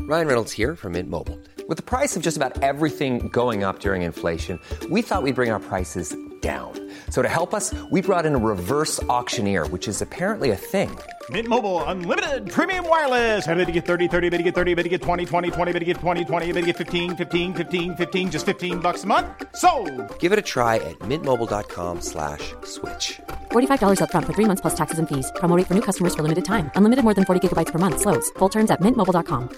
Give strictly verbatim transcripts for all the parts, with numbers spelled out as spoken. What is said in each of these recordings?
Ryan Reynolds here from Mint Mobile. With the price of just about everything going up during inflation, we thought we'd bring our prices down. So to help us, we brought in a reverse auctioneer, which is apparently a thing. Mint Mobile Unlimited Premium Wireless. How to get thirty, thirty, how to get thirty, how to get twenty, twenty, twenty, how to get twenty, twenty, how to get fifteen, fifteen, fifteen, fifteen, just fifteen bucks a month? Sold! Give it a try at mintmobile.com slash switch. forty-five dollars up front for three months plus taxes and fees. Promo rate for new customers for limited time. Unlimited more than forty gigabytes per month. Slows full terms at mint mobile dot com.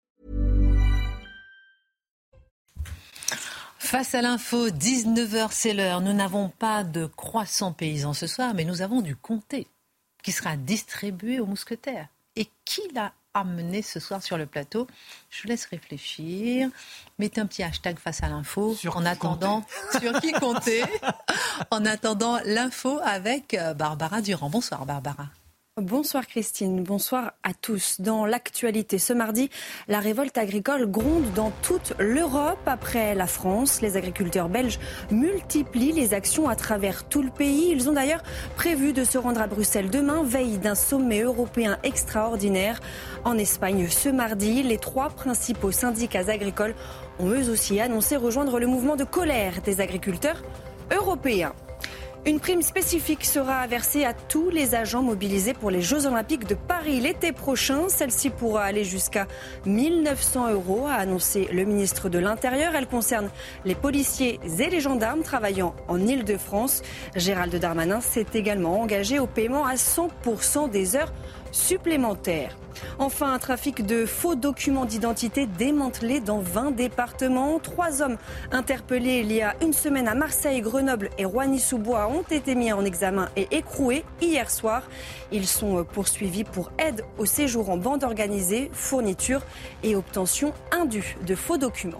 Face à l'info, dix-neuf heures, c'est l'heure. Nous n'avons pas de croissant paysan ce soir, mais nous avons du comté qui sera distribué aux mousquetaires. Et qui l'a amené ce soir sur le plateau? Je vous laisse réfléchir. Mettez un petit hashtag face à l'info sur en attendant sur qui compter. En attendant l'info avec Barbara Durand. Bonsoir Barbara. Bonsoir Christine, bonsoir à tous. Dans l'actualité ce mardi, la révolte agricole gronde dans toute l'Europe. Après la France, les agriculteurs belges multiplient les actions à travers tout le pays. Ils ont d'ailleurs prévu de se rendre à Bruxelles demain, veille d'un sommet européen extraordinaire. En Espagne, ce mardi, les trois principaux syndicats agricoles ont eux aussi annoncé rejoindre le mouvement de colère des agriculteurs européens. Une prime spécifique sera versée à tous les agents mobilisés pour les Jeux Olympiques de Paris l'été prochain. Celle-ci pourra aller jusqu'à mille neuf cents euros, a annoncé le ministre de l'Intérieur. Elle concerne les policiers et les gendarmes travaillant en Île-de-France. Gérald Darmanin s'est également engagé au paiement à cent pour cent des heures supplémentaires. Enfin, un trafic de faux documents d'identité démantelé dans vingt départements. Trois hommes interpellés il y a une semaine à Marseille, Grenoble et Roigny-sous-Bois ont été mis en examen et écroués hier soir. Ils sont poursuivis pour aide au séjour en bande organisée, fourniture et obtention indue de faux documents.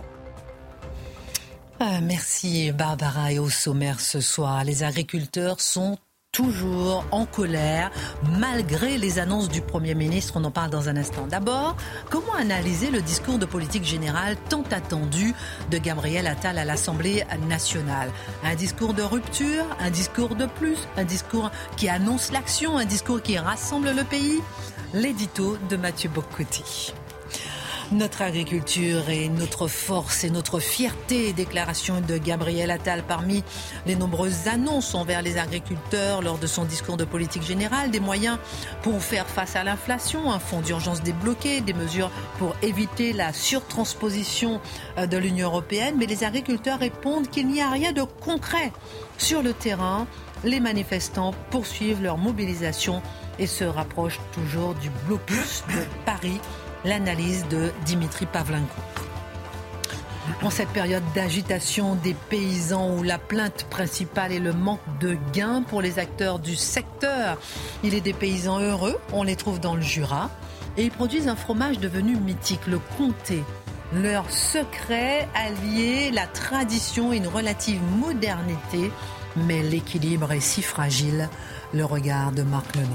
Ah, merci Barbara. Et au sommaire ce soir, les agriculteurs sont toujours en colère, malgré les annonces du Premier ministre. On en parle dans un instant. D'abord, comment analyser le discours de politique générale tant attendu de Gabriel Attal à l'Assemblée nationale? Un discours de rupture, un discours de plus, un discours qui annonce l'action, un discours qui rassemble le pays? L'édito de Mathieu Bocoté. Notre agriculture est notre force et notre fierté. Déclaration de Gabriel Attal parmi les nombreuses annonces envers les agriculteurs lors de son discours de politique générale. Des moyens pour faire face à l'inflation, un fonds d'urgence débloqué, des mesures pour éviter la surtransposition de l'Union européenne. Mais les agriculteurs répondent qu'il n'y a rien de concret sur le terrain. Les manifestants poursuivent leur mobilisation et se rapprochent toujours du blocus de Paris. L'analyse de Dimitri Pavlenko. En cette période d'agitation des paysans où la plainte principale est le manque de gains pour les acteurs du secteur, il est des paysans heureux, on les trouve dans le Jura, et ils produisent un fromage devenu mythique, le comté. Leur secret, allier la tradition et une relative modernité, mais l'équilibre est si fragile. Le regard de Marc Lenon.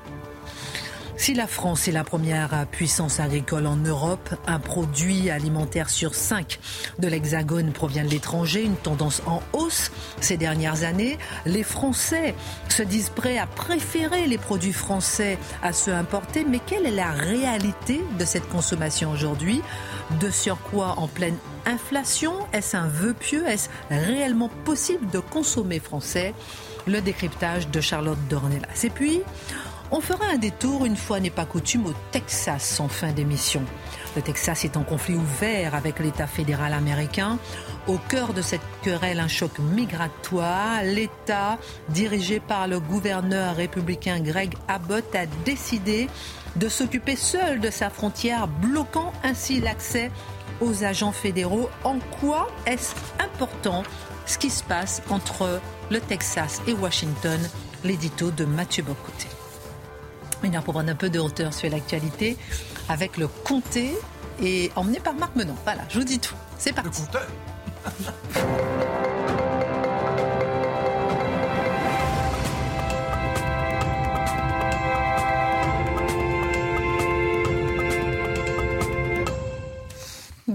Si la France est la première puissance agricole en Europe, un produit alimentaire sur cinq de l'Hexagone provient de l'étranger, une tendance en hausse ces dernières années. Les Français se disent prêts à préférer les produits français à ceux importés, mais quelle est la réalité de cette consommation aujourd'hui? De surcroît en pleine inflation, est-ce un vœu pieux? Est-ce réellement possible de consommer français? Le décryptage de Charlotte Dornelas. Et puis, on fera un détour, une fois n'est pas coutume, au Texas en fin d'émission. Le Texas est en conflit ouvert avec l'État fédéral américain. Au cœur de cette querelle, un choc migratoire. L'État, dirigé par le gouverneur républicain Greg Abbott, a décidé de s'occuper seul de sa frontière, bloquant ainsi l'accès aux agents fédéraux. En quoi est-ce important ce qui se passe entre le Texas et Washington? L'édito de Mathieu Bocoté. Une heure pour prendre un peu de hauteur sur l'actualité avec le comté et emmené par Marc Menon. Voilà, je vous dis tout. C'est parti. Le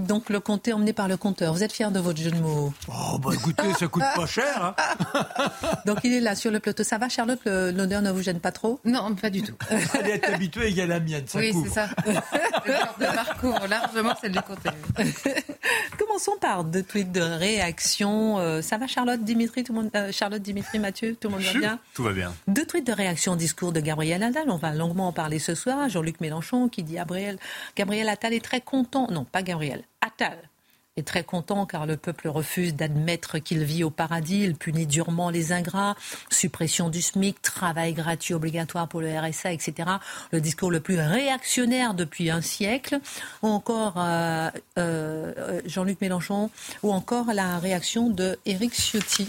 donc le comté emmené par le compteur. Vous êtes fiers de votre jeu de mots? Oh, bah écoutez, ça coûte pas cher. Hein. Donc il est là sur le plateau. Ça va, Charlotte? L'odeur ne vous gêne pas trop? Non, pas du tout. Elle est habituée, il y a la mienne, ça oui, couvre. Oui, c'est ça. Le genre de marque couvre largement celle du comté. Commençons par deux tweets de réaction. Euh, ça va, Charlotte, Dimitri, tout le monde, euh, Charlotte, Dimitri, Mathieu, tout le monde va bien? Tout va bien. Deux tweets de réaction au discours de Gabriel Attal. On va longuement en parler ce soir. Jean-Luc Mélenchon qui dit Gabriel, Gabriel Attal est très content. Non, pas Gabriel. Attal est très content car le peuple refuse d'admettre qu'il vit au paradis. Il punit durement les ingrats, suppression du SMIC, travail gratuit obligatoire pour le R S A, et cetera. Le discours le plus réactionnaire depuis un siècle. Ou encore euh, euh, Jean-Luc Mélenchon, ou encore la réaction de Éric Ciotti.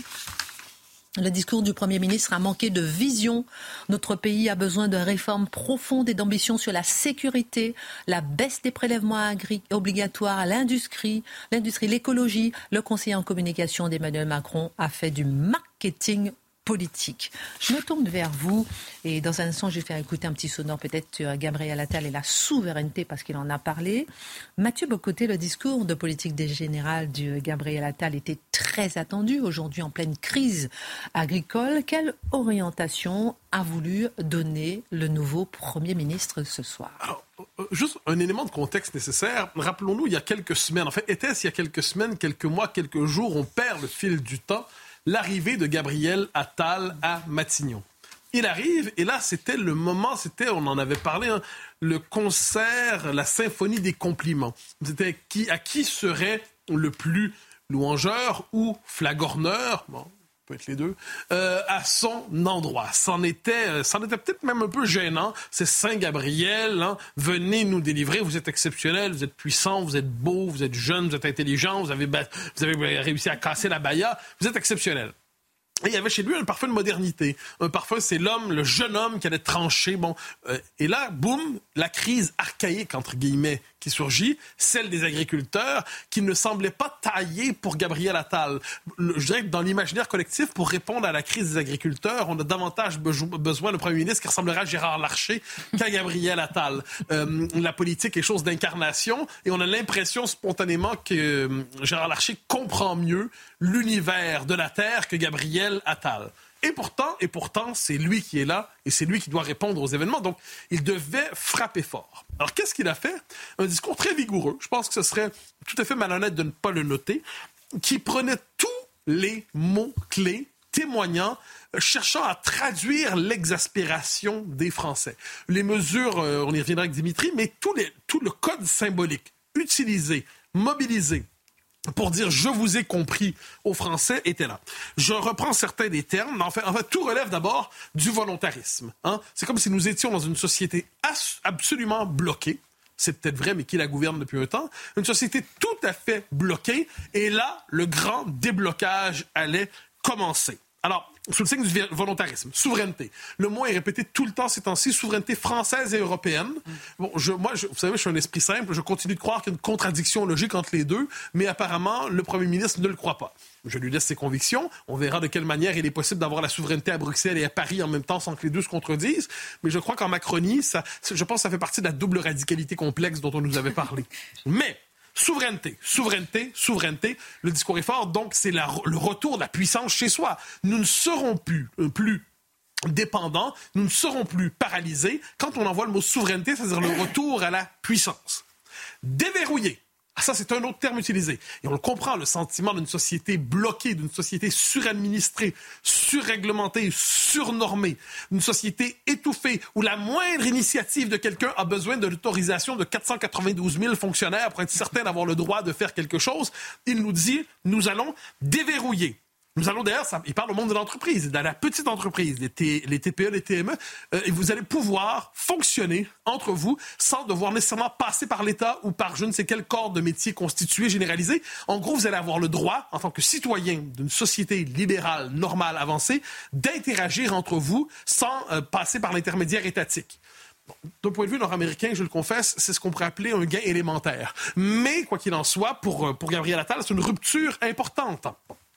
Le discours du Premier ministre a manqué de vision. Notre pays a besoin de réformes profondes et d'ambition sur la sécurité, la baisse des prélèvements agri- obligatoires, l'industrie, l'industrie, l'écologie. Le conseiller en communication d'Emmanuel Macron a fait du marketing politique. Je me tourne vers vous et dans un instant, je vais faire écouter un petit sonore peut-être sur Gabriel Attal et la souveraineté parce qu'il en a parlé. Mathieu Bocoté, le discours de politique générale du Gabriel Attal était très attendu aujourd'hui en pleine crise agricole. Quelle orientation a voulu donner le nouveau Premier ministre ce soir? Alors, juste un élément de contexte nécessaire. Rappelons-nous, il y a quelques semaines, en fait, était-ce il y a quelques semaines, quelques mois, quelques jours, on perd le fil du temps, l'arrivée de Gabriel Attal à Matignon. Il arrive, et là, c'était le moment, c'était, on en avait parlé, hein, le concert, la symphonie des compliments. C'était qui, à qui serait le plus louangeur ou flagorneur, bon, peut être les deux, euh, à son endroit. C'en était, euh, c'en était peut-être même un peu gênant. C'est Saint-Gabriel, hein, venez nous délivrer, vous êtes exceptionnel, vous êtes puissant, vous êtes beau, vous êtes jeune, vous êtes intelligent, vous avez, vous avez réussi à casser la baya, vous êtes exceptionnel. Et il y avait chez lui un parfum de modernité. Un parfum, c'est l'homme, le jeune homme qui allait trancher. Bon, euh, et là, boum, la crise archaïque, entre guillemets, qui surgit, celle des agriculteurs, qui ne semblait pas taillée pour Gabriel Attal. Le, je dirais que dans l'imaginaire collectif, pour répondre à la crise des agriculteurs, on a davantage be- besoin d'un premier ministre qui ressemblera à Gérard Larcher qu'à Gabriel Attal. Euh, la politique est chose d'incarnation, et on a l'impression spontanément que euh, Gérard Larcher comprend mieux l'univers de la terre que Gabriel Attal. Et pourtant, et pourtant, c'est lui qui est là et c'est lui qui doit répondre aux événements. Donc, il devait frapper fort. Alors, qu'est-ce qu'il a fait? Un discours très vigoureux. Je pense que ce serait tout à fait malhonnête de ne pas le noter, qui prenait tous les mots-clés témoignant, cherchant à traduire l'exaspération des Français. Les mesures, euh, on y reviendra avec Dimitri, mais tout, les, tout le code symbolique utilisé, mobilisé, pour dire « je vous ai compris » aux Français était là. Je reprends certains des termes. En fait, en fait tout relève d'abord du volontarisme. Hein? C'est comme si nous étions dans une société as- absolument bloquée. C'est peut-être vrai, mais qui la gouverne depuis un temps. Une société tout à fait bloquée. Et là, le grand déblocage allait commencer. Alors, sous le signe du volontarisme, souveraineté. Le mot est répété tout le temps ces temps-ci, souveraineté française et européenne. Bon, je, moi, je, vous savez, je suis un esprit simple, je continue de croire qu'il y a une contradiction logique entre les deux, mais apparemment, le premier ministre ne le croit pas. Je lui laisse ses convictions, on verra de quelle manière il est possible d'avoir la souveraineté à Bruxelles et à Paris en même temps sans que les deux se contredisent, mais je crois qu'en Macronie, ça, je pense que ça fait partie de la double radicalité complexe dont on nous avait parlé. Mais... Souveraineté, souveraineté, souveraineté. Le discours est fort, donc c'est la, le retour de la puissance chez soi. Nous ne serons plus, euh, plus dépendants, nous ne serons plus paralysés quand on envoie le mot souveraineté, c'est-à-dire le retour à la puissance. Déverrouiller. Ah, ça, c'est un autre terme utilisé. Et on le comprend, le sentiment d'une société bloquée, d'une société suradministrée, surréglementée, surnormée, d'une société étouffée, où la moindre initiative de quelqu'un a besoin de l'autorisation de quatre cent quatre-vingt-douze mille fonctionnaires pour être certain d'avoir le droit de faire quelque chose. Il nous dit, nous allons déverrouiller. Nous allons d'ailleurs, ça, il parle au monde de l'entreprise, dans la petite entreprise, les, T, les T P E, les T M E, euh, et vous allez pouvoir fonctionner entre vous sans devoir nécessairement passer par l'État ou par je ne sais quel corps de métier constitué, généralisé. En gros, vous allez avoir le droit, en tant que citoyen d'une société libérale, normale, avancée, d'interagir entre vous sans euh, passer par l'intermédiaire étatique. Bon, d'un point de vue nord-américain, je le confesse, c'est ce qu'on pourrait appeler un gain élémentaire. Mais, quoi qu'il en soit, pour, pour Gabriel Attal, c'est une rupture importante.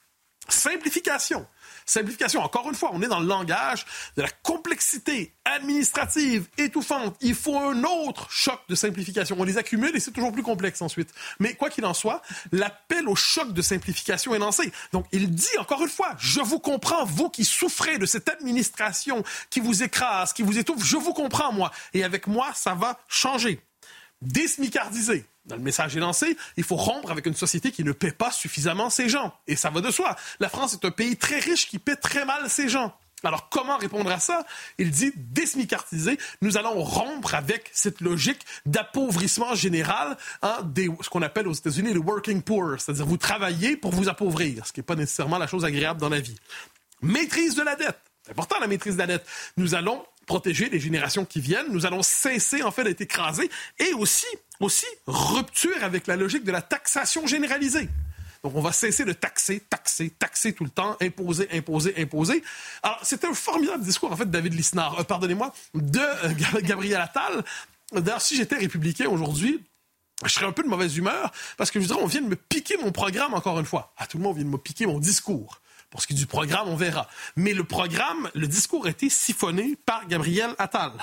Simplification. Simplification. Encore une fois, on est dans le langage de la complexité administrative étouffante. Il faut un autre choc de simplification. On les accumule et c'est toujours plus complexe ensuite. Mais quoi qu'il en soit, l'appel au choc de simplification est lancé. Donc, il dit encore une fois, je vous comprends, vous qui souffrez de cette administration qui vous écrase, qui vous étouffe, je vous comprends, moi. Et avec moi, ça va changer. Désmicardiser. Dans le message est lancé, il faut rompre avec une société qui ne paie pas suffisamment ses gens. Et ça va de soi. La France est un pays très riche qui paie très mal ses gens. Alors, comment répondre à ça? Il dit, désmicardiser, nous allons rompre avec cette logique d'appauvrissement général, hein, des, ce qu'on appelle aux États-Unis le working poor, c'est-à-dire vous travaillez pour vous appauvrir, ce qui n'est pas nécessairement la chose agréable dans la vie. Maîtrise de la dette. C'est important, la maîtrise de la dette. Nous allons protéger les générations qui viennent. Nous allons cesser, en fait, d'être écrasés. Et aussi, aussi, rupture avec la logique de la taxation généralisée. Donc, on va cesser de taxer, taxer, taxer tout le temps, imposer, imposer, imposer. Alors, c'était un formidable discours, en fait, de David Lisnard, euh, pardonnez-moi, de euh, Gabriel Attal. D'ailleurs, si j'étais républicain aujourd'hui, je serais un peu de mauvaise humeur parce que, je dirais, on vient de me piquer mon programme encore une fois. Ah, tout le monde vient de me piquer mon discours. Pour ce qui est du programme, on verra. Mais le programme, le discours a été siphonné par Gabriel Attal.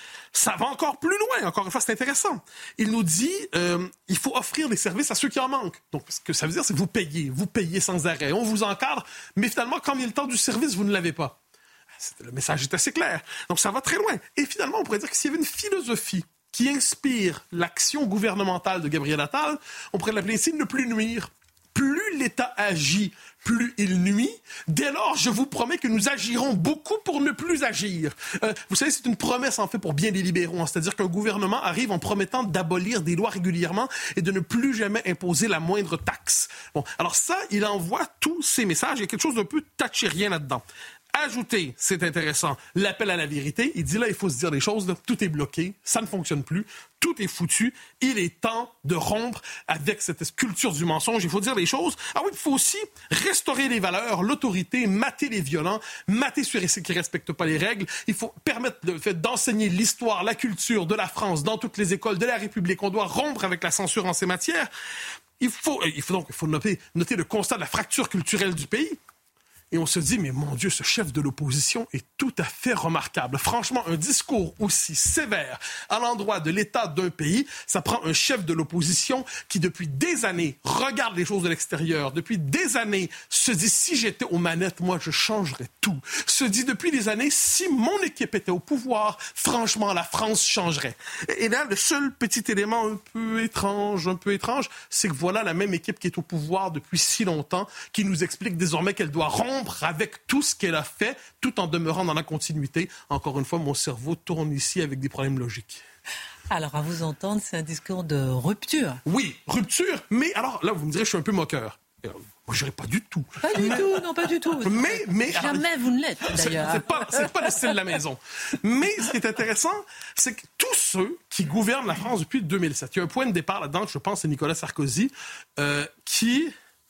Ça va encore plus loin. Encore une fois, c'est intéressant. Il nous dit euh, il faut offrir des services à ceux qui en manquent. Donc, ce que ça veut dire, c'est que vous payez. Vous payez sans arrêt. On vous encadre, mais finalement, quand vient le temps du service, vous ne l'avez pas. Le message est assez clair. Donc, ça va très loin. Et finalement, on pourrait dire que s'il y avait une philosophie qui inspire l'action gouvernementale de Gabriel Attal, on pourrait l'appeler ici « ne plus nuire ». Plus l'État agit, plus il nuit. Dès lors, je vous promets que nous agirons beaucoup pour ne plus agir. Euh, vous savez, c'est une promesse, en fait, pour bien des libéraux. Hein, c'est-à-dire qu'un gouvernement arrive en promettant d'abolir des lois régulièrement et de ne plus jamais imposer la moindre taxe. Bon, alors ça, il envoie tous ces messages. Il y a quelque chose d'un peu thatchérien là-dedans. Ajouter, c'est intéressant, l'appel à la vérité. Il dit là, il faut se dire des choses, là, tout est bloqué, ça ne fonctionne plus, tout est foutu. Il est temps de rompre avec cette culture du mensonge. Il faut dire les choses. Ah oui, il faut aussi restaurer les valeurs, l'autorité, mater les violents, mater ceux qui ne respectent pas les règles. Il faut permettre le fait d'enseigner l'histoire, la culture de la France dans toutes les écoles de la République. On doit rompre avec la censure en ces matières. Il faut, il faut donc il faut noter, noter le constat de la fracture culturelle du pays. Et on se dit, mais mon Dieu, ce chef de l'opposition est tout à fait remarquable. Franchement, un discours aussi sévère à l'endroit de l'État d'un pays, ça prend un chef de l'opposition qui, depuis des années, regarde les choses de l'extérieur, depuis des années, se dit, si j'étais aux manettes, moi, je changerais tout. Se dit, depuis des années, si mon équipe était au pouvoir, franchement, la France changerait. Et là, le seul petit élément un peu étrange, un peu étrange, c'est que voilà la même équipe qui est au pouvoir depuis si longtemps, qui nous explique désormais qu'elle doit rompre avec tout ce qu'elle a fait, tout en demeurant dans la continuité. Encore une fois, mon cerveau tourne ici avec des problèmes logiques. Alors, à vous entendre, c'est un discours de rupture. Oui, rupture, mais alors, là, vous me direz, je suis un peu moqueur. Moi, je dirais pas du tout. Pas du mais, tout, non, pas du tout. Mais, mais, Jamais alors, vous ne l'êtes, d'ailleurs. C'est pas, c'est pas le style de la maison. Mais ce qui est intéressant, c'est que tous ceux qui gouvernent la France depuis deux mille sept, il y a un point de départ là-dedans, je pense, c'est Nicolas Sarkozy, euh, qui...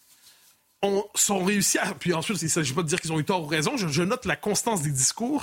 ont, sont réussis à... Puis ensuite, il ne s'agit pas de dire qu'ils ont eu tort ou raison. Je, je note la constance des discours.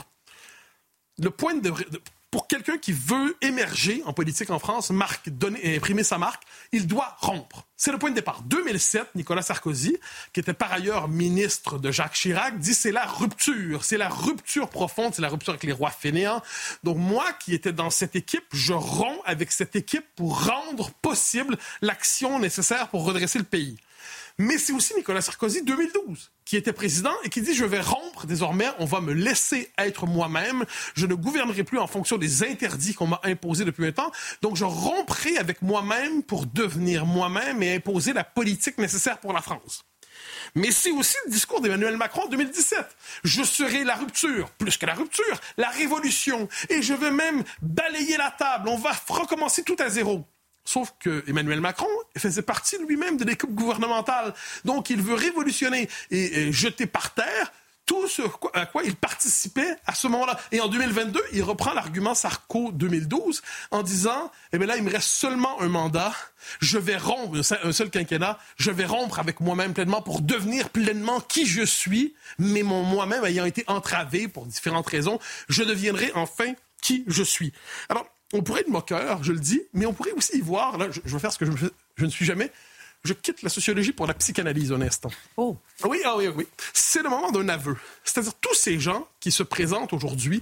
Le point de... de pour quelqu'un qui veut émerger en politique en France, marque, donner, imprimer sa marque, il doit rompre. C'est le point de départ. deux mille sept, Nicolas Sarkozy, qui était par ailleurs ministre de Jacques Chirac, dit c'est la rupture. C'est la rupture profonde, c'est la rupture avec les rois fainéants. Donc moi, qui étais dans cette équipe, je romps avec cette équipe pour rendre possible l'action nécessaire pour redresser le pays. Mais c'est aussi Nicolas Sarkozy, deux mille douze, qui était président et qui dit « Je vais rompre désormais, on va me laisser être moi-même, je ne gouvernerai plus en fonction des interdits qu'on m'a imposés depuis un temps, donc je romprai avec moi-même pour devenir moi-même et imposer la politique nécessaire pour la France. » Mais c'est aussi le discours d'Emmanuel Macron en deux mille dix-sept. Je serai la rupture, plus que la rupture, la révolution, et je vais même balayer la table, on va recommencer tout à zéro. Sauf que Emmanuel Macron faisait partie lui-même de l'équipe gouvernementale. Donc, il veut révolutionner et, et jeter par terre tout ce à quoi il participait à ce moment-là. Et en deux mille vingt-deux, il reprend l'argument Sarko deux mille douze en disant « Eh bien là, il me reste seulement un mandat. Je vais rompre, un seul quinquennat, je vais rompre avec moi-même pleinement pour devenir pleinement qui je suis, mais mon moi-même ayant été entravé pour différentes raisons, je deviendrai enfin qui je suis. » Alors, on pourrait être moqueur, je le dis, mais on pourrait aussi y voir, là, je, je vais faire ce que je, je ne suis jamais, je quitte la sociologie pour la psychanalyse un instant. Oh. Oui, ah oui, oui. C'est le moment d'un aveu. C'est-à-dire tous ces gens qui se présentent aujourd'hui,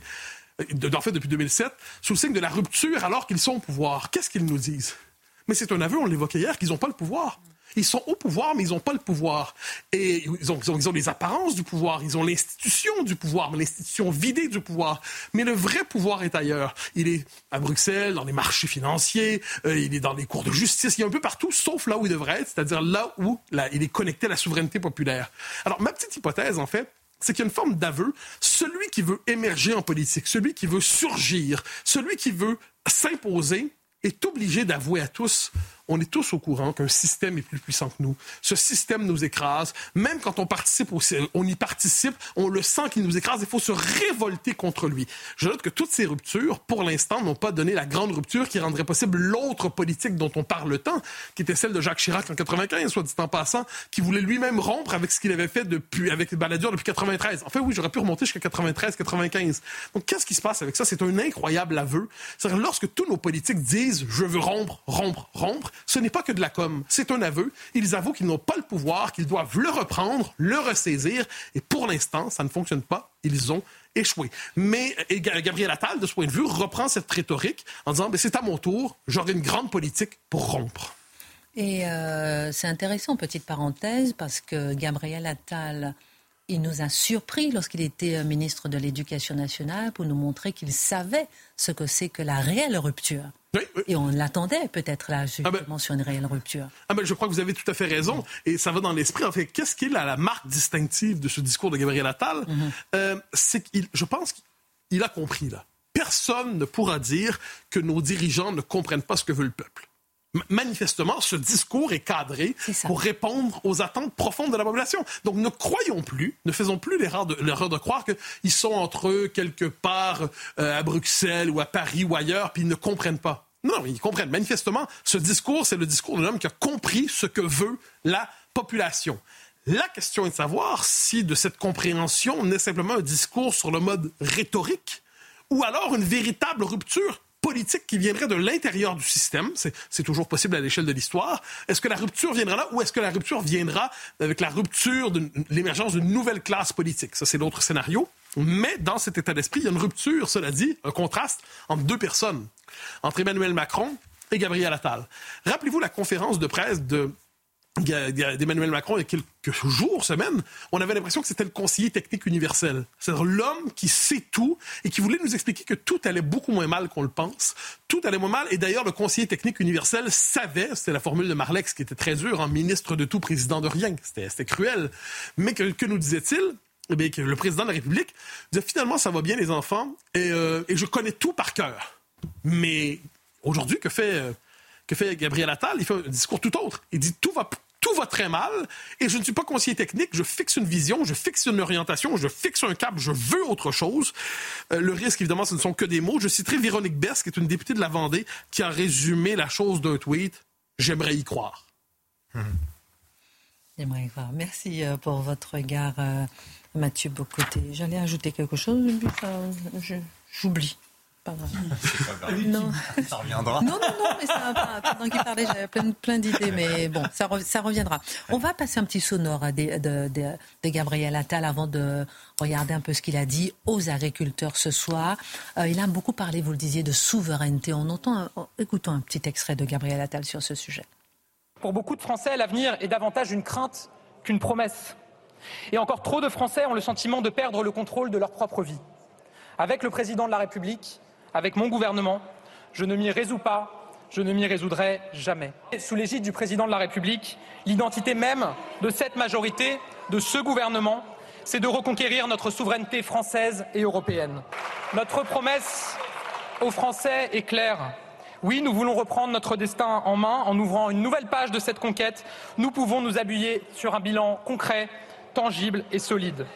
en fait depuis deux mille sept, sous le signe de la rupture alors qu'ils sont au pouvoir. Qu'est-ce qu'ils nous disent? Mais c'est un aveu, on l'évoquait hier, qu'ils n'ont pas le pouvoir. Ils sont au pouvoir, mais ils n'ont pas le pouvoir. Et ils ont, ils, ont, ils ont les apparences du pouvoir, ils ont l'institution du pouvoir, mais l'institution vidée du pouvoir. Mais le vrai pouvoir est ailleurs. Il est à Bruxelles, dans les marchés financiers, euh, il est dans les cours de justice, il est un peu partout, sauf là où il devrait être, c'est-à-dire là où là, il est connecté à la souveraineté populaire. Alors, ma petite hypothèse, en fait, c'est qu'il y a une forme d'aveu. Celui qui veut émerger en politique, celui qui veut surgir, celui qui veut s'imposer, est obligé d'avouer à tous, on est tous au courant qu'un système est plus puissant que nous. Ce système nous écrase. Même quand on participe, au, on y participe, on le sent qu'il nous écrase. Il faut se révolter contre lui. Je note que toutes ces ruptures, pour l'instant, n'ont pas donné la grande rupture qui rendrait possible l'autre politique dont on parle tant, qui était celle de Jacques Chirac en quatre-vingt-quinze, soit dit en passant, qui voulait lui-même rompre avec ce qu'il avait fait depuis, avec Balladur depuis quatre-vingt-treize. En fait, oui, j'aurais pu remonter jusqu'à quatre-vingt-treize quatre-vingt-quinze. Donc, qu'est-ce qui se passe avec ça? C'est un incroyable aveu. C'est-à-dire, lorsque tous nos politiques disent « je veux rompre, rompre, rompre », ce n'est pas que de la com, c'est un aveu. Ils avouent qu'ils n'ont pas le pouvoir, qu'ils doivent le reprendre, le ressaisir, et pour l'instant, ça ne fonctionne pas. Ils ont échoué. Mais et Gabriel Attal, de ce point de vue, reprend cette rhétorique en disant « c'est à mon tour, j'aurai une grande politique pour rompre ». Et euh, c'est intéressant, petite parenthèse, parce que Gabriel Attal, il nous a surpris lorsqu'il était ministre de l'Éducation nationale pour nous montrer qu'il savait ce que c'est que la réelle rupture. Oui, oui. Et on l'attendait peut-être là, justement, ah ben, sur une réelle rupture. Ah ben, je crois que vous avez tout à fait raison. Et ça va dans l'esprit. En fait, qu'est-ce qui est la, la marque distinctive de ce discours de Gabriel Attal? Mm-hmm. euh, c'est qu'il, je pense qu'il a compris, là. Personne ne pourra dire que nos dirigeants ne comprennent pas ce que veut le peuple. Manifestement, ce discours est cadré pour répondre aux attentes profondes de la population. Donc, ne croyons plus, ne faisons plus l'erreur de, l'erreur de croire qu'ils sont entre eux quelque part euh, à Bruxelles ou à Paris ou ailleurs, puis ils ne comprennent pas. Non, ils comprennent. Manifestement, ce discours, c'est le discours d'un homme qui a compris ce que veut la population. La question est de savoir si de cette compréhension naît simplement un discours sur le mode rhétorique ou alors une véritable rupture politique qui viendrait de l'intérieur du système. C'est, c'est toujours possible à l'échelle de l'histoire. Est-ce que la rupture viendra là ou est-ce que la rupture viendra avec la rupture de l'émergence d'une nouvelle classe politique? Ça, c'est l'autre scénario. Mais dans cet état d'esprit, il y a une rupture, cela dit, un contraste entre deux personnes, entre Emmanuel Macron et Gabriel Attal. Rappelez-vous la conférence de presse de d'Emmanuel Macron il y a quelques jours, semaines, on avait l'impression que c'était le conseiller technique universel. C'est-à-dire l'homme qui sait tout et qui voulait nous expliquer que tout allait beaucoup moins mal qu'on le pense. Tout allait moins mal. Et d'ailleurs, le conseiller technique universel savait, c'était la formule de Marlex qui était très dure, en ministre de tout, président de rien. C'était, c'était cruel. Mais que, que nous disait-il? Eh bien, que le président de la République disait finalement, ça va bien les enfants et, euh, et je connais tout par cœur. Mais aujourd'hui, que fait, euh, que fait Gabriel Attal? Il fait un discours tout autre. Il dit tout va Tout va très mal et je ne suis pas conseiller technique, je fixe une vision, je fixe une orientation, je fixe un cap, je veux autre chose. Euh, le risque, évidemment, ce ne sont que des mots. Je citerai Véronique Besse, qui est une députée de la Vendée, qui a résumé la chose d'un tweet. J'aimerais y croire. Mmh. J'aimerais y croire. Merci pour votre regard, euh, Mathieu Bocoté. J'allais ajouter quelque chose, mais ça, je, j'oublie. Pas grave. C'est pas grave. Non. Ça reviendra. Non, non, non, mais ça, pendant qu'il parlait, j'avais plein, plein d'idées, mais bon, ça, ça reviendra. On va passer un petit sonore de, de, de, de Gabriel Attal avant de regarder un peu ce qu'il a dit aux agriculteurs ce soir. Euh, il a beaucoup parlé, vous le disiez, de souveraineté. On entend, un, écoutons un petit extrait de Gabriel Attal sur ce sujet. Pour beaucoup de Français, l'avenir est davantage une crainte qu'une promesse. Et encore trop de Français ont le sentiment de perdre le contrôle de leur propre vie. Avec le président de la République, avec mon gouvernement, je ne m'y résous pas, je ne m'y résoudrai jamais. Sous l'égide du président de la République, l'identité même de cette majorité, de ce gouvernement, c'est de reconquérir notre souveraineté française et européenne. Notre promesse aux Français est claire. Oui, nous voulons reprendre notre destin en main en ouvrant une nouvelle page de cette conquête. Nous pouvons nous appuyer sur un bilan concret, tangible et solide.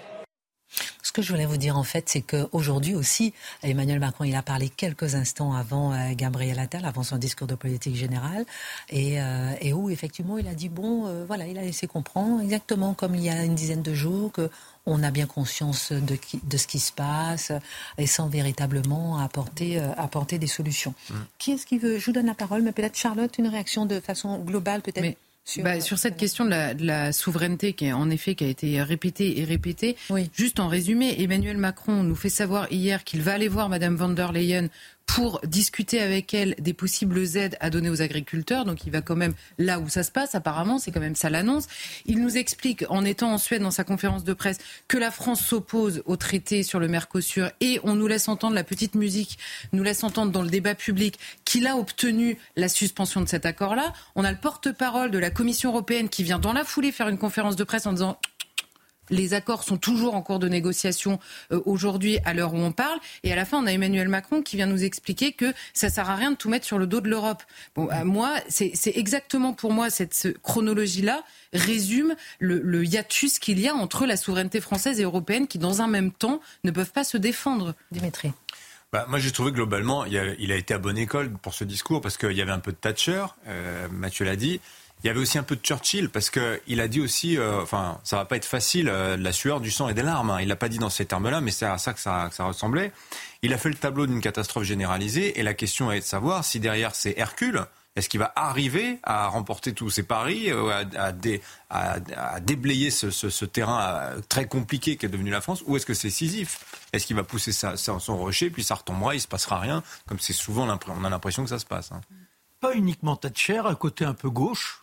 Ce que je voulais vous dire, en fait, c'est qu'aujourd'hui aussi, Emmanuel Macron, il a parlé quelques instants avant euh, Gabriel Attal, avant son discours de politique générale, et, euh, et où, effectivement, il a dit, bon, euh, voilà, il a laissé comprendre, exactement comme il y a une dizaine de jours, qu'on a bien conscience de, qui, de ce qui se passe, et sans véritablement apporter, euh, apporter des solutions. Mmh. Qui est-ce qui veut? Je vous donne la parole, mais peut-être Charlotte, une réaction de façon globale, peut-être mais... Sur, bah, sur cette question de la, de la souveraineté qui est en effet qui a été répétée et répétée, oui. Juste en résumé, Emmanuel Macron nous fait savoir hier qu'il va aller voir Madame von der Leyen pour discuter avec elle des possibles aides à donner aux agriculteurs. Donc il va quand même là où ça se passe, apparemment, c'est quand même ça l'annonce. Il nous explique, en étant en Suède dans sa conférence de presse, que la France s'oppose au traité sur le Mercosur et on nous laisse entendre, la petite musique nous laisse entendre dans le débat public qu'il a obtenu la suspension de cet accord-là. On a le porte-parole de la Commission européenne qui vient dans la foulée faire une conférence de presse en disant... Les accords sont toujours en cours de négociation euh, aujourd'hui, à l'heure où on parle. Et à la fin, on a Emmanuel Macron qui vient nous expliquer que ça ne sert à rien de tout mettre sur le dos de l'Europe. Bon, euh, moi, c'est, c'est exactement pour moi, cette ce, chronologie-là résume le, le hiatus qu'il y a entre la souveraineté française et européenne qui, dans un même temps, ne peuvent pas se défendre. Dimitri. Bah, moi, j'ai trouvé globalement, il a, il a été à bonne école pour ce discours parce qu'il y avait un peu de Thatcher, euh, Mathieu l'a dit. Il y avait aussi un peu de Churchill, parce qu'il a dit aussi, euh, enfin, ça va pas être facile, euh, de la sueur, du sang et des larmes. Hein. Il l'a pas dit dans ces termes-là, mais c'est à ça que, ça que ça ressemblait. Il a fait le tableau d'une catastrophe généralisée, et la question est de savoir si derrière c'est Hercule, est-ce qu'il va arriver à remporter tous ses paris, euh, à, à, dé, à, à déblayer ce, ce, ce terrain très compliqué qu'est devenu la France, ou est-ce que c'est Sisyphe ? Est-ce qu'il va pousser sa, sa, son rocher, puis ça retombera, il se passera rien, comme c'est souvent, on a l'impression que ça se passe. Hein. Pas uniquement Thatcher, un côté un peu gauche.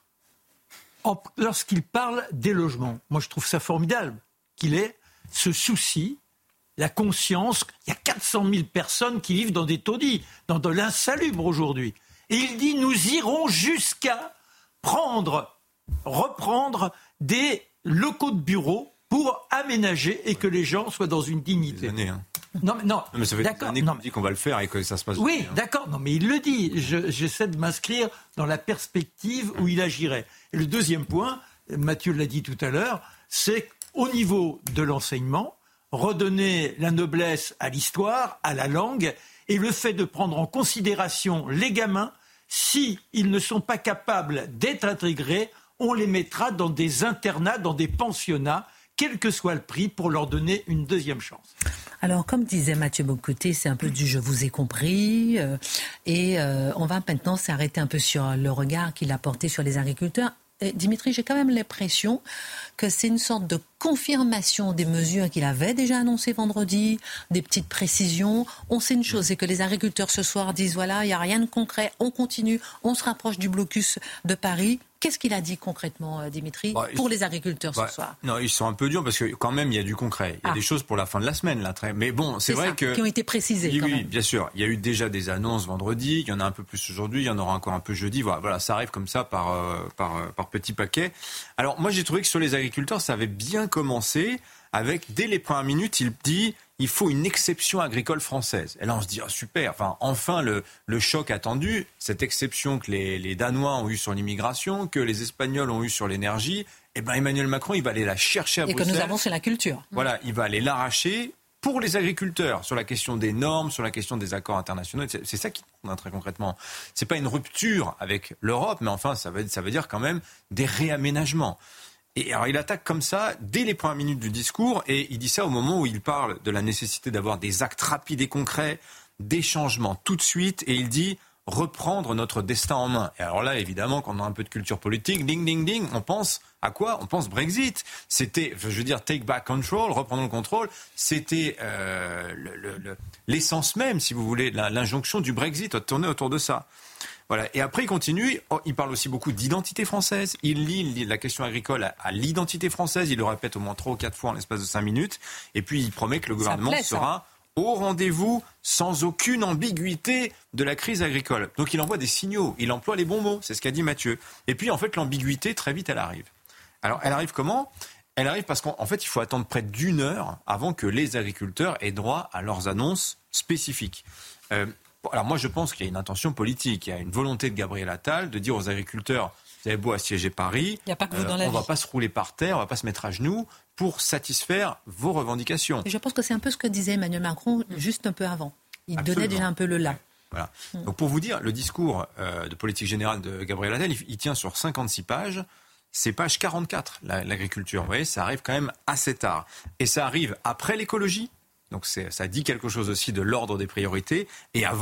Lorsqu'il parle des logements, moi je trouve ça formidable qu'il ait ce souci, la conscience. Il y a quatre cent mille personnes qui vivent dans des taudis, dans de l'insalubre aujourd'hui. Et il dit, nous irons jusqu'à prendre, reprendre des locaux de bureaux pour aménager et que les gens soient dans une dignité. Des années, hein. Non, mais, non, non, mais ça fait d'accord, des années qu'on dit qu'on va le faire et que ça se passe oui, bien. d'accord, non, mais il le dit. Je, j'essaie de m'inscrire dans la perspective où il agirait. Et le deuxième point, Mathieu l'a dit tout à l'heure, c'est qu'au niveau de l'enseignement, redonner la noblesse à l'histoire, à la langue, et le fait de prendre en considération les gamins, si ils ne sont pas capables d'être intégrés, on les mettra dans des internats, dans des pensionnats, quel que soit le prix, pour leur donner une deuxième chance. Alors, comme disait Mathieu Bocoté, c'est un peu du « je vous ai compris euh, ». Et euh, on va maintenant s'arrêter un peu sur le regard qu'il a porté sur les agriculteurs. Et Dimitri, j'ai quand même l'impression que c'est une sorte de confirmation des mesures qu'il avait déjà annoncées vendredi, des petites précisions. On sait une chose, c'est que les agriculteurs ce soir disent « voilà, il n'y a rien de concret, on continue, on se rapproche du blocus de Paris ». Qu'est-ce qu'il a dit concrètement, Dimitri, bah, pour les agriculteurs bah, ce soir ? Non, ils sont un peu durs parce que quand même, il y a du concret. Il y a ah. des choses pour la fin de la semaine, là. Très... Mais bon, c'est, c'est vrai ça, que... qui ont été précisées, oui, quand oui, même. Bien sûr. Il y a eu déjà des annonces vendredi. Il y en a un peu plus aujourd'hui. Il y en aura encore un peu jeudi. Voilà, voilà ça arrive comme ça par, euh, par, euh, par petits paquets. Alors, moi, j'ai trouvé que sur les agriculteurs, ça avait bien commencé avec, dès les premières minutes, il dit... il faut une exception agricole française. Et là, on se dit, ah, super, enfin, enfin le, le choc attendu, cette exception que les, les Danois ont eue sur l'immigration, que les Espagnols ont eue sur l'énergie, eh ben Emmanuel Macron, il va aller la chercher à Et Bruxelles. Et que nous avons, c'est la culture. Voilà, il va aller l'arracher pour les agriculteurs, sur la question des normes, sur la question des accords internationaux. C'est, c'est ça qui compte très concrètement. C'est pas une rupture avec l'Europe, mais enfin, ça veut, ça veut dire quand même des réaménagements. Et alors, il attaque comme ça, dès les premières minutes du discours, et il dit ça au moment où il parle de la nécessité d'avoir des actes rapides et concrets, des changements tout de suite, et il dit reprendre notre destin en main. Et alors là, évidemment, quand on a un peu de culture politique, ding, ding, ding, on pense à quoi ? On pense Brexit. C'était, je veux dire, take back control, reprenons le contrôle. C'était euh, le, le, le, l'essence même, si vous voulez, la, l'injonction du Brexit, tourner autour de ça. Voilà. Et après, il continue. Oh, il parle aussi beaucoup d'identité française. Il lie, il lie la question agricole à, à l'identité française. Il le répète au moins trois ou quatre fois en l'espace de cinq minutes. Et puis, il promet que le gouvernement plaît, sera au rendez-vous, sans aucune ambiguïté, de la crise agricole. Donc, il envoie des signaux. Il emploie les bons mots. C'est ce qu'a dit Mathieu. Et puis, en fait, l'ambiguïté, très vite, elle arrive. Alors, elle arrive comment ? Elle arrive parce qu'en fait, il faut attendre près d'une heure avant que les agriculteurs aient droit à leurs annonces spécifiques. Euh, Alors moi, je pense qu'il y a une intention politique, il y a une volonté de Gabriel Attal de dire aux agriculteurs, vous avez beau assiéger Paris, il y a pas que vous dans euh, la on ne va vie. pas se rouler par terre, on ne va pas se mettre à genoux pour satisfaire vos revendications. Et je pense que c'est un peu ce que disait Emmanuel Macron juste un peu avant. Il Absolument. donnait déjà un peu le là. Voilà. Mm. Donc pour vous dire, le discours euh, de politique générale de Gabriel Attal, il, il tient sur cinquante-six pages. C'est page quarante-quatre, la, l'agriculture. Vous voyez, ça arrive quand même assez tard. Et ça arrive après l'écologie. Donc c'est, ça dit quelque chose aussi de l'ordre des priorités. Et avant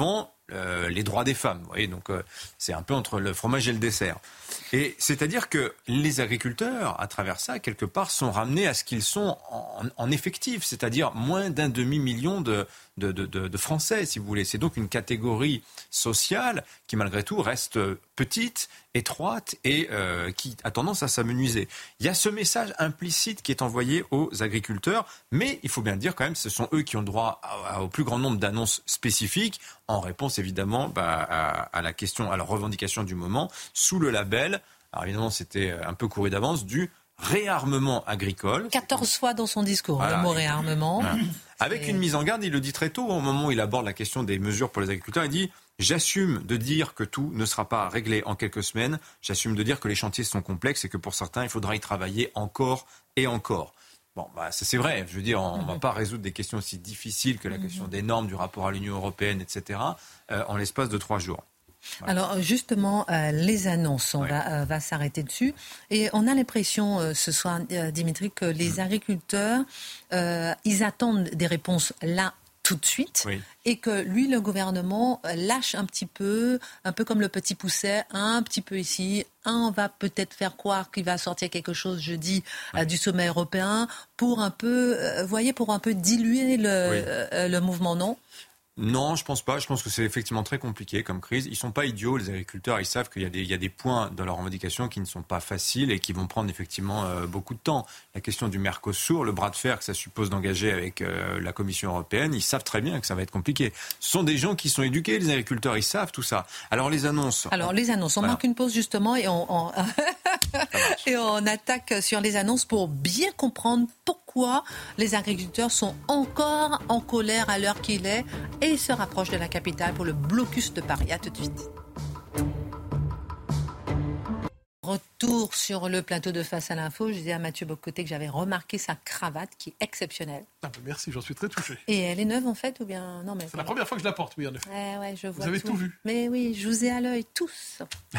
euh, les droits des femmes. Vous voyez, donc euh, c'est un peu entre le fromage et le dessert. Et c'est-à-dire que les agriculteurs, à travers ça, quelque part, sont ramenés à ce qu'ils sont en, en effectif, c'est-à-dire moins d'un demi-million de, de, de, de, de Français, si vous voulez. C'est donc une catégorie sociale qui, malgré tout, reste petite, étroite et euh, qui a tendance à s'amenuiser. Il y a ce message implicite qui est envoyé aux agriculteurs, mais il faut bien dire quand même, ce sont eux qui ont le droit à, à, au plus grand nombre d'annonces spécifiques, en réponse évidemment bah, à, à la question, à la revendication du moment, sous le label, alors évidemment c'était un peu couru d'avance, du réarmement agricole. quatorze fois dans son discours, voilà, le mot réarmement. Voilà. Avec une mise en garde, il le dit très tôt, au moment où il aborde la question des mesures pour les agriculteurs, il dit « J'assume de dire que tout ne sera pas réglé en quelques semaines, j'assume de dire que les chantiers sont complexes et que pour certains, il faudra y travailler encore et encore ». Bon, bah, ça, c'est vrai. Je veux dire, on ne va pas résoudre des questions aussi difficiles que la question des normes, du rapport à l'Union européenne, et cetera, euh, en l'espace de trois jours. Voilà. Alors justement, euh, les annonces, on ouais. va, euh, va s'arrêter dessus. Et on a l'impression euh, ce soir, euh, Dimitri, que les agriculteurs, euh, ils attendent des réponses là tout de suite, oui. et que lui, le gouvernement, lâche un petit peu, un peu comme le petit pousset, un petit peu ici, un, on va peut-être faire croire qu'il va sortir quelque chose jeudi oui. euh, du sommet européen, pour un peu, euh, voyez, pour un peu diluer le, oui. euh, le mouvement, non ? Non, je pense pas. Je pense que c'est effectivement très compliqué comme crise. Ils sont pas idiots, les agriculteurs. Ils savent qu'il y a des, il y a des points dans leur revendication qui ne sont pas faciles et qui vont prendre effectivement euh, beaucoup de temps. La question du Mercosur, le bras de fer que ça suppose d'engager avec euh, la Commission européenne, ils savent très bien que ça va être compliqué. Ce sont des gens qui sont éduqués, les agriculteurs. Ils savent tout ça. Alors les annonces. Alors les annonces. On voilà. marque une pause justement et on, on... et on attaque sur les annonces pour bien comprendre pourquoi les agriculteurs sont encore en colère à l'heure qu'il est. Et il se rapproche de la capitale pour le blocus de Paris. À tout de suite. Retour sur le plateau de Face à l'info. Je disais à Mathieu Bocoté que j'avais remarqué sa cravate qui est exceptionnelle. Ah ben merci, j'en suis très touché. Et elle est neuve en fait ou bien non mais c'est la première fois que je la porte, oui en effet. Ouais, ouais, je vois. Vous avez tout. tout vu. Mais oui, je vous ai à l'œil tous.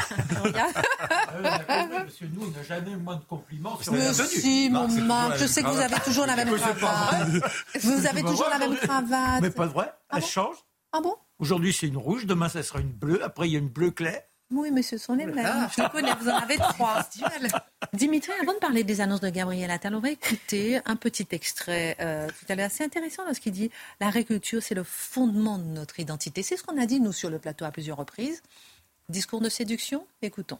Monsieur, nous, on n'a jamais eu moins de compliments. Sur mais si, mon Marc, je sais que vous avez toujours la même cravate. Vous avez toujours la même cravate. Mais pas vrai, elle change. Ah bon ? Aujourd'hui, c'est une rouge, demain, ça sera une bleue, après, il y a une bleue claire. Oui, mais ce sont les mêmes. Ah. Je connais, vous en avez trois. Dimitri, avant de parler des annonces de Gabriel Attal, on va écouter un petit extrait euh, tout à l'heure. C'est intéressant lorsqu'il dit « L'agriculture, c'est le fondement de notre identité ». C'est ce qu'on a dit, nous, sur le plateau à plusieurs reprises. Discours de séduction, écoutons.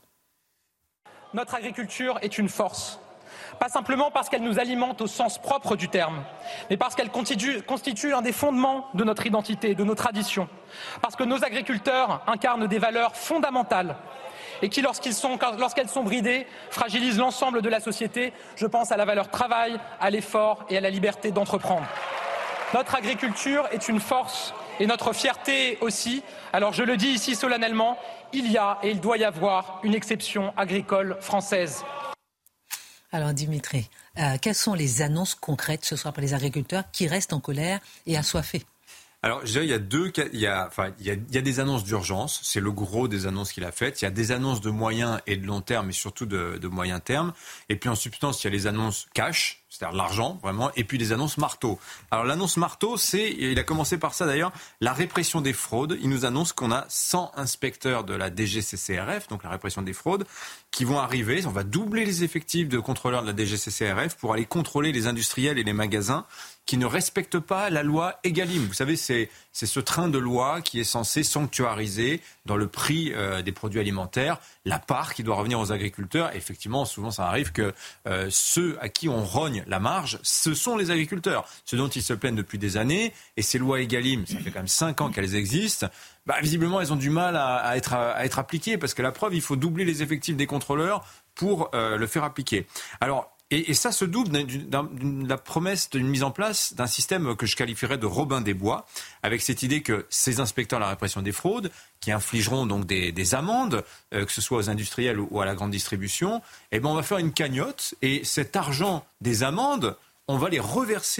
Notre agriculture est une force. Pas simplement parce qu'elle nous alimente au sens propre du terme, mais parce qu'elle constitue, constitue un des fondements de notre identité, de nos traditions. Parce que nos agriculteurs incarnent des valeurs fondamentales et qui, lorsqu'ils sont, lorsqu'elles sont bridées, fragilisent l'ensemble de la société. Je pense à la valeur travail, à l'effort et à la liberté d'entreprendre. Notre agriculture est une force et notre fierté aussi. Alors je le dis ici solennellement, il y a et il doit y avoir une exception agricole française. Alors Dimitri, euh, quelles sont les annonces concrètes ce soir pour les agriculteurs qui restent en colère et assoiffés ? Alors, je dirais, il y a deux, il y a, enfin, il y a, il y a des annonces d'urgence, c'est le gros des annonces qu'il a faites. Il y a des annonces de moyen et de long terme, et surtout de, de moyen terme. Et puis en substance, il y a les annonces cash, c'est-à-dire l'argent, vraiment, et puis les annonces marteau. Alors l'annonce marteau, c'est, il a commencé par ça d'ailleurs, la répression des fraudes. Il nous annonce qu'on a cent inspecteurs de la D G C C R F, donc la répression des fraudes, qui vont arriver. On va doubler les effectifs de contrôleurs de la D G C C R F pour aller contrôler les industriels et les magasins qui ne respectent pas la loi Egalim. Vous savez, c'est, c'est ce train de loi qui est censé sanctuariser dans le prix euh, des produits alimentaires la part qui doit revenir aux agriculteurs. Et effectivement, souvent, ça arrive que euh, ceux à qui on rogne la marge, ce sont les agriculteurs. Ceux dont ils se plaignent depuis des années. Et ces lois Egalim, ça fait quand même cinq ans qu'elles existent. Bah, visiblement, elles ont du mal à, à, être, à être appliquées parce que la preuve, il faut doubler les effectifs des contrôleurs pour euh, le faire appliquer. Alors, Et, et ça se double de la promesse d'une mise en place d'un système que je qualifierais de Robin des Bois, avec cette idée que ces inspecteurs de la répression des fraudes, qui infligeront donc des, des amendes, euh, que ce soit aux industriels ou, ou à la grande distribution, eh ben on va faire une cagnotte et cet argent des amendes, on va les reverser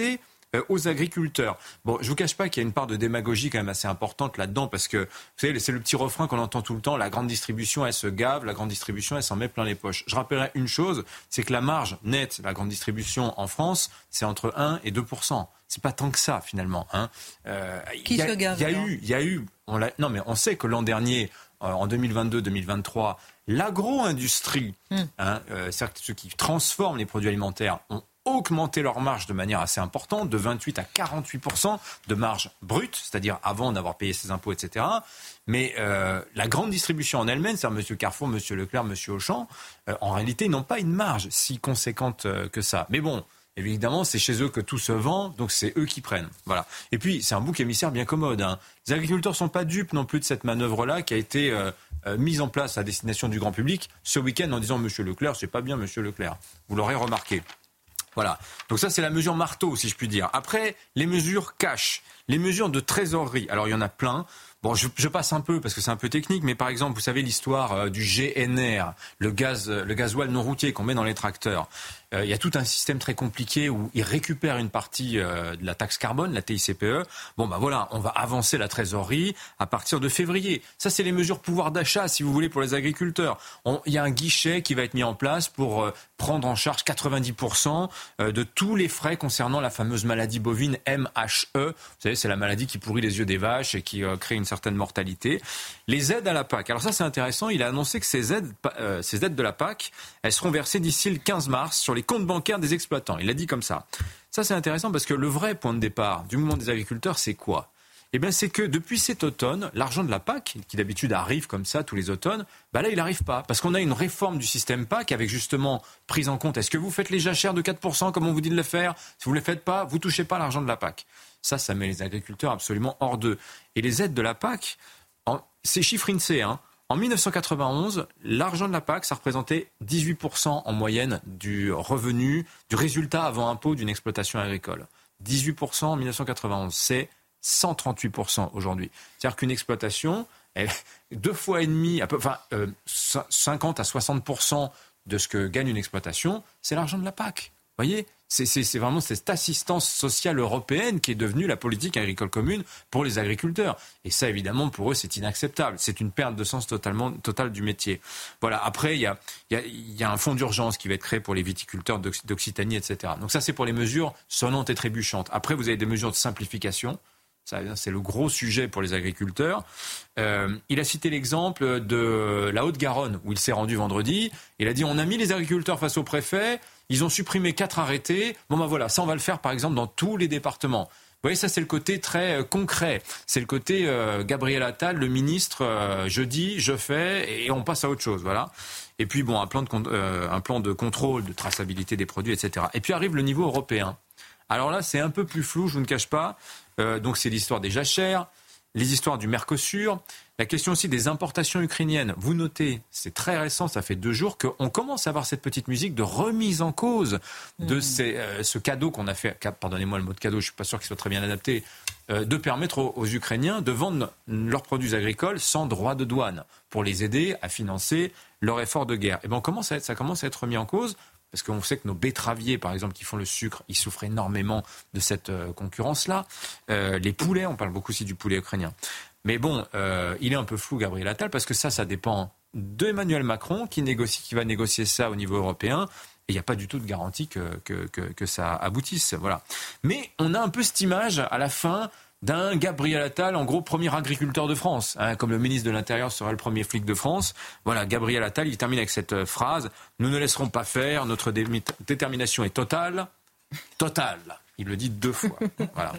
euh, aux agriculteurs. Bon, je vous cache pas qu'il y a une part de démagogie quand même assez importante là-dedans, parce que, vous savez, c'est le petit refrain qu'on entend tout le temps, la grande distribution, elle se gave, la grande distribution, elle s'en met plein les poches. Je rappellerai une chose, c'est que la marge nette, la grande distribution en France, c'est entre un et deux pour cent. C'est pas tant que ça, finalement. Hein. Euh, Qui y a, se gave? Il y a eu, il y a eu, on l'a, non mais on sait que l'an dernier, euh, en deux mille vingt-deux deux mille vingt-trois, l'agro-industrie, mm. hein, euh, c'est-à-dire ceux qui transforment les produits alimentaires, ont augmenté leur marge de manière assez importante, de vingt-huit à quarante-huit pour cent de marge brute, c'est-à-dire avant d'avoir payé ses impôts, et cetera. Mais euh, la grande distribution en elle-même, c'est-à-dire M. Carrefour, M. Leclerc, M. Auchan, euh, en réalité, ils n'ont pas une marge si conséquente euh, que ça. Mais bon, évidemment, c'est chez eux que tout se vend, donc c'est eux qui prennent. Voilà. Et puis, c'est un bouc émissaire bien commode. Hein. Les agriculteurs ne sont pas dupes non plus de cette manœuvre-là qui a été euh, euh, mise en place à destination du grand public ce week-end en disant « Monsieur Leclerc, c'est pas bien, Monsieur Leclerc ». Vous l'aurez remarqué. Voilà. Donc ça, c'est la mesure marteau, si je puis dire. Après, les mesures cash, les mesures de trésorerie. Alors, il y en a plein. Bon, je, je passe un peu parce que c'est un peu technique, mais par exemple, vous savez l'histoire euh, du G N R, le gaz, le gasoil non routier qu'on met dans les tracteurs. Euh, il y a tout un système très compliqué où ils récupèrent une partie euh, de la taxe carbone, la T I C P E. Bon, ben voilà, on va avancer la trésorerie à partir de février. Ça, c'est les mesures pouvoir d'achat, si vous voulez, pour les agriculteurs. On, il y a un guichet qui va être mis en place pour euh, prendre en charge quatre-vingt-dix pour cent euh, de tous les frais concernant la fameuse maladie bovine M H E. Vous savez, c'est la maladie qui pourrit les yeux des vaches et qui euh, crée une certaine mortalité. Les aides à la P A C. Alors ça, c'est intéressant. Il a annoncé que ces aides, euh, ces aides de la P A C, elles seront versées d'ici le quinze mars sur les comptes bancaires des exploitants. Il a dit comme ça. Ça, c'est intéressant parce que le vrai point de départ du mouvement des agriculteurs, c'est quoi ? Eh bien, c'est que depuis cet automne, l'argent de la P A C, qui d'habitude arrive comme ça tous les automnes, bah là, il n'arrive pas. Parce qu'on a une réforme du système P A C avec justement prise en compte. Est-ce que vous faites les jachères de quatre pour cent comme on vous dit de le faire ? Si vous ne le faites pas, vous ne touchez pas l'argent de la P A C. Ça, ça met les agriculteurs absolument hors d'eux. Et les aides de la P A C, en, c'est chiffre INSEE, hein. En dix-neuf cent quatre-vingt-onze, l'argent de la P A C, ça représentait dix-huit pour cent en moyenne du revenu, du résultat avant impôt d'une exploitation agricole. dix-huit pour cent en dix-neuf cent quatre-vingt-onze, c'est cent trente-huit pour cent aujourd'hui. C'est-à-dire qu'une exploitation, elle, deux fois et demi, à peu, enfin euh, cinquante à soixante pour cent de ce que gagne une exploitation, c'est l'argent de la P A C. Vous voyez ? C'est, c'est, c'est vraiment cette assistance sociale européenne qui est devenue la politique agricole commune pour les agriculteurs. Et ça, évidemment, pour eux, c'est inacceptable. C'est une perte de sens totalement, totale du métier. Voilà. Après, il y a, il y a, il y a un fonds d'urgence qui va être créé pour les viticulteurs d'Occitanie, et cetera. Donc ça, c'est pour les mesures sonnantes et trébuchantes. Après, vous avez des mesures de simplification. Ça, c'est le gros sujet pour les agriculteurs. Euh, il a cité l'exemple de la Haute-Garonne, où il s'est rendu vendredi. Il a dit, on a mis les agriculteurs face au préfet, ils ont supprimé quatre arrêtés. Bon ben voilà, ça on va le faire par exemple dans tous les départements. Vous voyez, ça c'est le côté très euh, concret. C'est le côté euh, Gabriel Attal, le ministre, euh, je dis, je fais, et on passe à autre chose, voilà. Et puis bon, un plan de, euh, un plan de contrôle, de traçabilité des produits, et cetera. Et puis arrive le niveau européen. Alors là, c'est un peu plus flou, je vous ne cache pas. Euh, donc c'est l'histoire des jachères, les histoires du Mercosur, la question aussi des importations ukrainiennes. Vous notez, c'est très récent, ça fait deux jours, qu'on commence à avoir cette petite musique de remise en cause de mmh. ces, euh, ce cadeau qu'on a fait, pardonnez-moi le mot de cadeau, je ne suis pas sûr qu'il soit très bien adapté, euh, de permettre aux, aux Ukrainiens de vendre leurs produits agricoles sans droit de douane, pour les aider à financer leur effort de guerre. Et bien on commence à être, ça commence à être remis en cause. Parce qu'on sait que nos betteraviers, par exemple, qui font le sucre, ils souffrent énormément de cette euh, concurrence-là. Euh, les poulets, on parle beaucoup aussi du poulet ukrainien. Mais bon, euh, il est un peu flou, Gabriel Attal, parce que ça, ça dépend d'Emmanuel Macron, qui négocie, qui va négocier ça au niveau européen. Et il n'y a pas du tout de garantie que, que, que, que ça aboutisse. Voilà. Mais on a un peu cette image, à la fin, d'un Gabriel Attal, en gros, premier agriculteur de France. Hein, comme le ministre de l'Intérieur sera le premier flic de France. Voilà, Gabriel Attal, il termine avec cette phrase « Nous ne laisserons pas faire, notre dé- détermination est totale. » Totale. Il le dit deux fois. Voilà.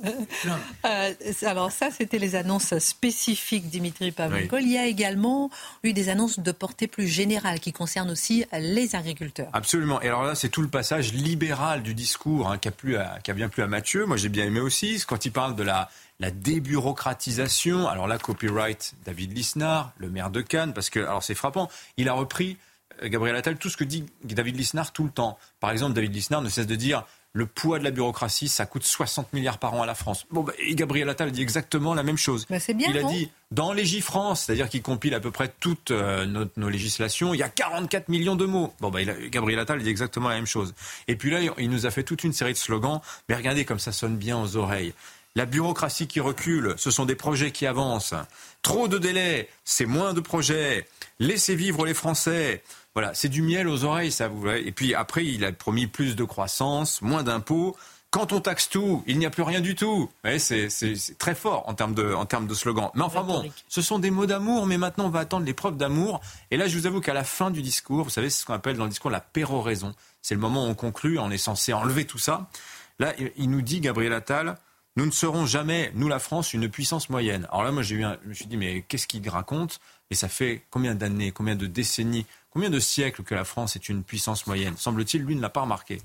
Euh, alors ça, c'était les annonces spécifiques Dimitri Pavlenko. Oui. Il y a également eu des annonces de portée plus générale qui concernent aussi les agriculteurs. Absolument. Et alors là, c'est tout le passage libéral du discours hein, qui, a plu à, qui a bien plu à Mathieu. Moi, j'ai bien aimé aussi quand il parle de la, la débureaucratisation. Alors là, copyright David Lisnard, le maire de Cannes, parce que alors c'est frappant. Il a repris Gabriel Attal tout ce que dit David Lisnard tout le temps. Par exemple, David Lisnard ne cesse de dire le poids de la bureaucratie, ça coûte soixante milliards par an à la France. Bon, bah, et Gabriel Attal dit exactement la même chose. Bah, c'est bien, il a non dit, dans Légifrance, c'est-à-dire qu'il compile à peu près toutes euh, nos, nos législations, il y a quarante-quatre millions de mots. Bon, bah, il a, Gabriel Attal dit exactement la même chose. Et puis là, il nous a fait toute une série de slogans. Mais regardez comme ça sonne bien aux oreilles. La bureaucratie qui recule, ce sont des projets qui avancent. Trop de délais, c'est moins de projets. Laissez vivre les Français. Voilà, c'est du miel aux oreilles, ça. Vous voyez. Et puis après, il a promis plus de croissance, moins d'impôts. Quand on taxe tout, il n'y a plus rien du tout. Vous voyez, c'est, c'est, c'est très fort en termes de, en termes de slogan. Mais enfin bon, ce sont des mots d'amour, mais maintenant on va attendre les preuves d'amour. Et là, je vous avoue qu'à la fin du discours, vous savez, c'est ce qu'on appelle dans le discours la péroraison. C'est le moment où on conclut, on est censé enlever tout ça. Là, il nous dit, Gabriel Attal, nous ne serons jamais, nous la France, une puissance moyenne. Alors là, moi, j'ai eu un, je me suis dit, mais qu'est-ce qu'il raconte ? Et ça fait combien d'années, combien de décennies, combien de siècles que la France est une puissance moyenne ? Semble-t-il, lui ne l'a pas remarqué.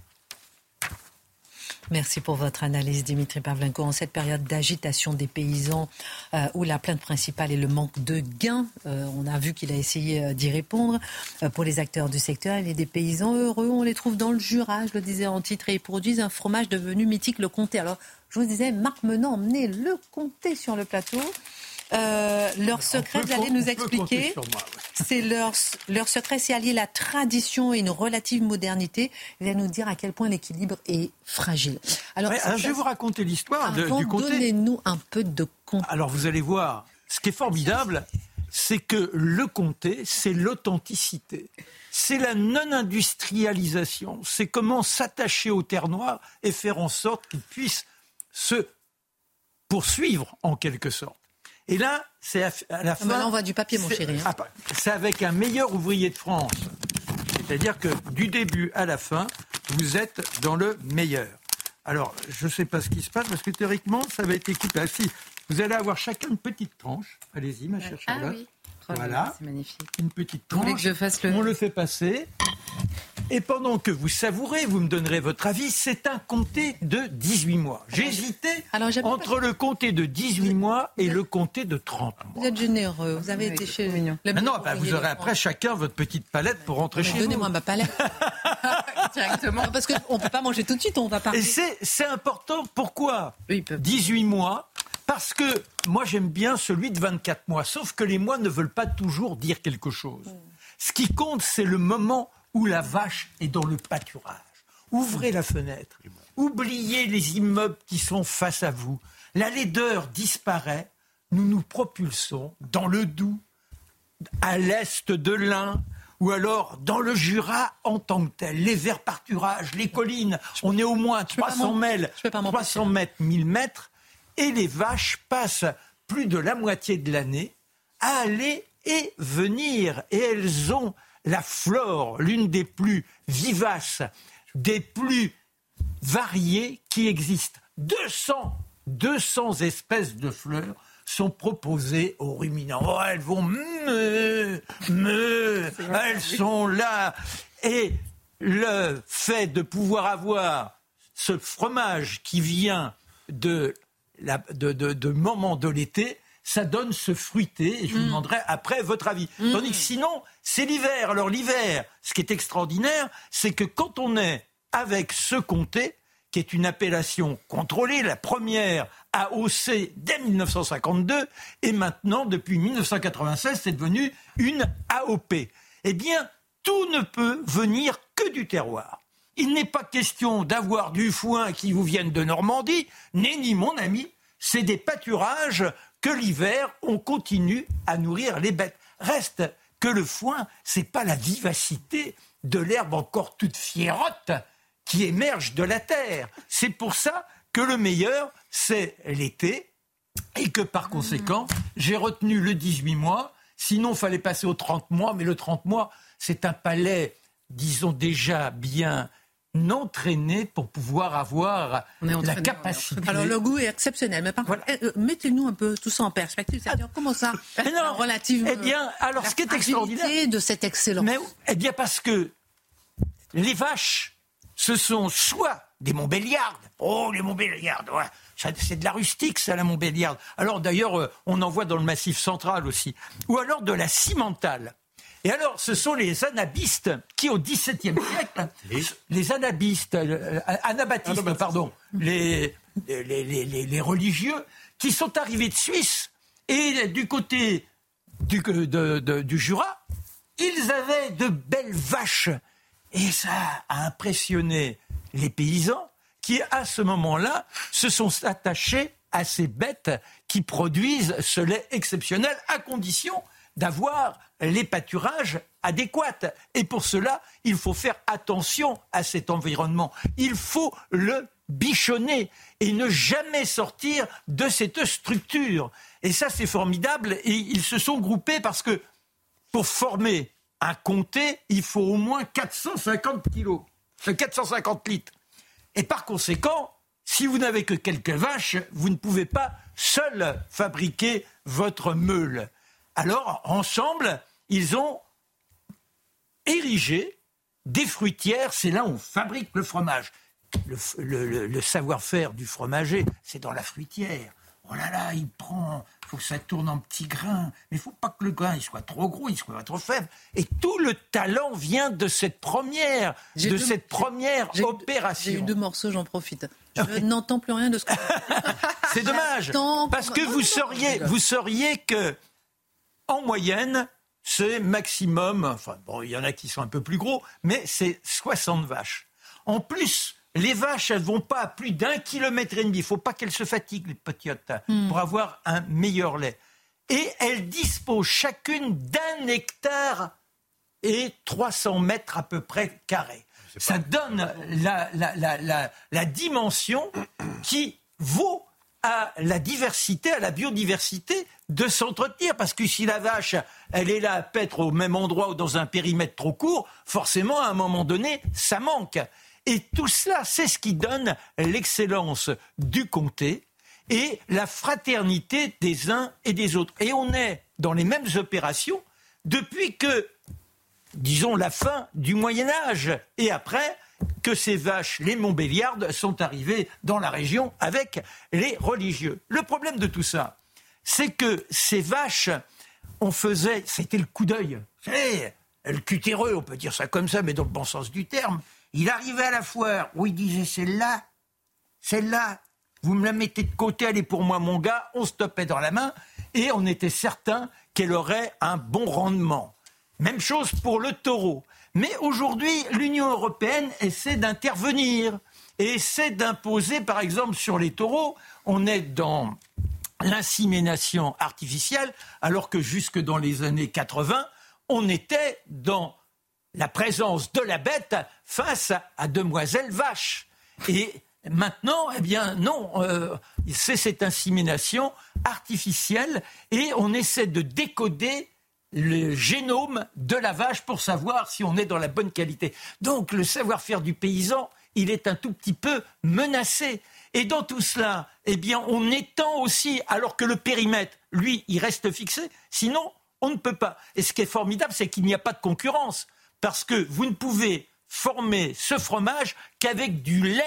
Merci pour votre analyse, Dimitri Pavlenko. En cette période d'agitation des paysans, euh, où la plainte principale est le manque de gains, euh, on a vu qu'il a essayé euh, d'y répondre. Euh, pour les acteurs du secteur, il y a des paysans heureux. On les trouve dans le Jura, je le disais en titre, et ils produisent un fromage devenu mythique, le comté. Alors, je vous disais, Marc Menant emmenait le comté sur le plateau. Euh, leur secret, vous allez nous expliquer, moi, ouais. c'est leur, leur secret, c'est allier la tradition et une relative modernité. Ils vont nous dire à quel point l'équilibre est fragile. Alors, ouais, alors je vais vous raconter l'histoire de, du comté. Donnez-nous un peu de comté. Alors vous allez voir, ce qui est formidable, c'est que le comté, c'est l'authenticité. C'est la non-industrialisation. C'est comment s'attacher au terre noire et faire en sorte qu'il puisse se poursuivre en quelque sorte. Et là, c'est à la fin... Maintenant, on voit du papier, mon chéri. Hein. C'est avec un meilleur ouvrier de France. C'est-à-dire que du début à la fin, vous êtes dans le meilleur. Alors, je ne sais pas ce qui se passe, parce que théoriquement, ça va être équipé. Ah, si, vous allez avoir chacun une petite tranche. Allez-y, ma chère Charlotte. Ah oui. Voilà. C'est magnifique. Une petite tranche. Vous voulez que je fasse le... On le fait passer. Et pendant que vous savourez, vous me donnerez votre avis, c'est un comté de dix-huit mois. J'hésitais Alors, entre pas... le comté de dix-huit mois et le comté de trente mois. Vous êtes généreux, vous avez oui, été chez mignon. Non, bah, vous aurez après chacun votre petite palette pour rentrer Mais chez donnez-moi vous. Donnez-moi ma palette. Directement. Parce qu'on ne peut pas manger tout de suite, on va parler. Et c'est, c'est important, pourquoi dix-huit mois ? Parce que moi j'aime bien celui de vingt-quatre mois, sauf que les mois ne veulent pas toujours dire quelque chose. Mm. Ce qui compte, c'est le moment où la vache est dans le pâturage. Ouvrez la fenêtre, oubliez les immeubles qui sont face à vous. La laideur disparaît, nous nous propulsons dans le Doubs, à l'est de l'Ain, ou alors dans le Jura en tant que tel. Les verts pâturages, les collines, on est au moins trois cents mètres, mille mètres, et les vaches passent plus de la moitié de l'année à aller et venir. Et elles ont la flore, l'une des plus vivaces, des plus variées qui existent. deux cents, deux cents espèces de fleurs sont proposées aux ruminants. Oh, elles vont me, me, elles sont là. Et le fait de pouvoir avoir ce fromage qui vient de, la, de, de, de moment de l'été, ça donne ce fruité, et je vous mmh. demanderai après votre avis. Mmh. Tandis que sinon, c'est l'hiver. Alors l'hiver, ce qui est extraordinaire, c'est que quand on est avec ce comté, qui est une appellation contrôlée, la première A O C dès dix-neuf cent cinquante-deux, et maintenant, depuis dix-neuf cent quatre-vingt-seize, c'est devenu une A O P. Eh bien, tout ne peut venir que du terroir. Il n'est pas question d'avoir du foin qui vous vienne de Normandie, ni mon ami, c'est des pâturages que l'hiver, on continue à nourrir les bêtes. Reste que le foin, c'est pas la vivacité de l'herbe encore toute fiérotte qui émerge de la terre. C'est pour ça que le meilleur, c'est l'été, et que par conséquent, j'ai retenu le dix-huit mois, sinon il fallait passer au trente mois, mais le trente mois, c'est un palais, disons déjà bien entraîné pour pouvoir avoir la capacité. Alors le goût est exceptionnel, mais par contre, voilà. mettez-nous un peu tout ça en perspective. C'est-à-dire comment ça, mais non, relative. Eh bien, alors ce qui est extraordinaire de cette excellence. Mais, eh bien parce que les vaches, ce sont soit des Montbéliardes. Oh, les Montbéliardes, ouais. C'est de la rustique, ça, la Montbéliarde. Alors d'ailleurs, on en voit dans le Massif central aussi. Ou alors de la Cimentale. Et alors, ce sont les anabistes qui, au XVIIe siècle, les, les anabistes, euh, anabaptistes, Anabaptiste. pardon, les, les, les, les, les religieux, qui sont arrivés de Suisse et du côté du, de, de, du Jura, ils avaient de belles vaches. Et ça a impressionné les paysans qui, à ce moment-là, se sont attachés à ces bêtes qui produisent ce lait exceptionnel à condition d'avoir les pâturages adéquats. Et pour cela, il faut faire attention à cet environnement. Il faut le bichonner et ne jamais sortir de cette structure. Et ça, c'est formidable. Et ils se sont groupés parce que pour former un comté, il faut au moins quatre cent cinquante kilos, quatre cent cinquante litres. Et par conséquent, si vous n'avez que quelques vaches, vous ne pouvez pas seul fabriquer votre meule. Alors, ensemble, ils ont érigé des fruitières. C'est là où on fabrique le fromage. Le, le, le, le savoir-faire du fromager, c'est dans la fruitière. Oh là là, il prend, il faut que ça tourne en petits grains. Mais il ne faut pas que le grain il soit trop gros, il soit trop faible. Et tout le talent vient de cette première, de deux, cette première j'ai, opération. J'ai eu deux morceaux, j'en profite. Je n'entends plus rien de ce que... C'est dommage, parce que vous sauriez, vous sauriez que, en moyenne, c'est maximum, enfin bon, il y en a qui sont un peu plus gros, mais c'est soixante vaches. En plus, les vaches, elles ne vont pas à plus d'un kilomètre et demi. Il ne faut pas qu'elles se fatiguent, les petiotes, mm. pour avoir un meilleur lait. Et elles disposent chacune d'un hectare et trois cents mètres à peu près carrés. Ça donne la, la, la, la, la dimension qui vaut à la diversité, à la biodiversité de s'entretenir. Parce que si la vache, elle est là à paître au même endroit ou dans un périmètre trop court, forcément, à un moment donné, ça manque. Et tout cela, c'est ce qui donne l'excellence du comté et la fraternité des uns et des autres. Et on est dans les mêmes opérations depuis que, disons, la fin du Moyen-Âge. Et après que ces vaches, les Montbéliardes, sont arrivées dans la région avec les religieux. Le problème de tout ça, c'est que ces vaches, on faisait, c'était le coup d'œil. Vous savez, le cutéreux, on peut dire ça comme ça, mais dans le bon sens du terme. Il arrivait à la foire où il disait « celle-là, celle-là, vous me la mettez de côté, elle est pour moi mon gars », on se topait dans la main et on était certain qu'elle aurait un bon rendement. Même chose pour le taureau. Mais aujourd'hui, l'Union européenne essaie d'intervenir et essaie d'imposer, par exemple, sur les taureaux, on est dans l'insémination artificielle, alors que jusque dans les années quatre-vingts, on était dans la présence de la bête face à, à demoiselle vache. Et maintenant, eh bien non, euh, c'est cette insémination artificielle et on essaie de décoder le génome de la vache pour savoir si on est dans la bonne qualité. Donc le savoir-faire du paysan, il est un tout petit peu menacé. Et dans tout cela, eh bien on étend aussi, alors que le périmètre, lui, il reste fixé, sinon on ne peut pas. Et ce qui est formidable, c'est qu'il n'y a pas de concurrence. Parce que vous ne pouvez former ce fromage qu'avec du lait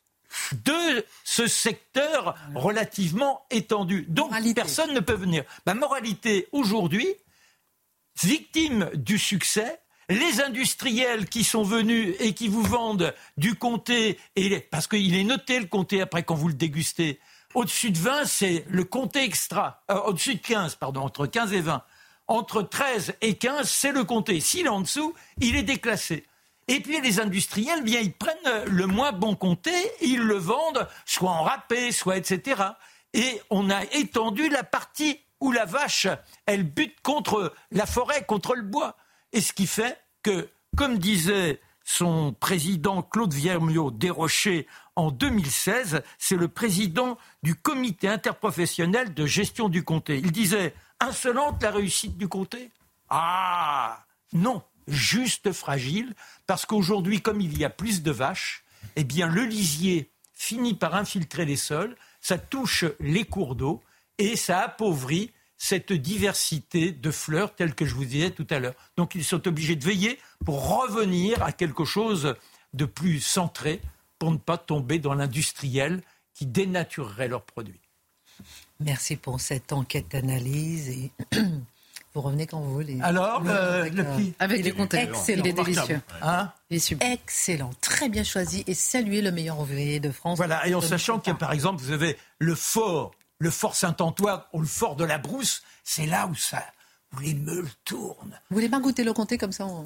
de ce secteur relativement étendu. Donc, moralité. Personne ne peut venir. Ma moralité, aujourd'hui, victime du succès, les industriels qui sont venus et qui vous vendent du comté, et parce qu'il est noté le comté après quand vous le dégustez, au-dessus de vingt, c'est le comté extra, euh, au-dessus de quinze, pardon, entre quinze et vingt. Entre treize et quinze, c'est le comté. S'il est en dessous, il est déclassé. Et puis les industriels, bien, ils prennent le moins bon comté, ils le vendent, soit en râpé, soit et cetera. Et on a étendu la partie où la vache, elle bute contre la forêt, contre le bois. Et ce qui fait que, comme disait son président Claude Viermiot Desrochers en deux mille seize, c'est le président du comité interprofessionnel de gestion du comté. Il disait... Insolente la réussite du comté ? Ah non, juste fragile, parce qu'aujourd'hui, comme il y a plus de vaches, eh bien le lisier finit par infiltrer les sols, ça touche les cours d'eau et ça appauvrit cette diversité de fleurs telles que je vous disais tout à l'heure. Donc ils sont obligés de veiller pour revenir à quelque chose de plus centré pour ne pas tomber dans l'industriel qui dénaturerait leurs produits. Merci pour cette enquête-analyse et Vous revenez quand vous voulez. Alors, euh, avec, le euh, petit Avec des contacts. Excellent. Il est délicieux. Hein Il est super. Excellent, très bien choisi et saluez le meilleur ouvrier de France. Voilà, et en sachant que, par exemple, vous avez le fort, le fort Saint-Antoine ou le fort de la Brousse, c'est là où ça, où les meules tournent. Vous voulez pas goûter le comté comme ça on...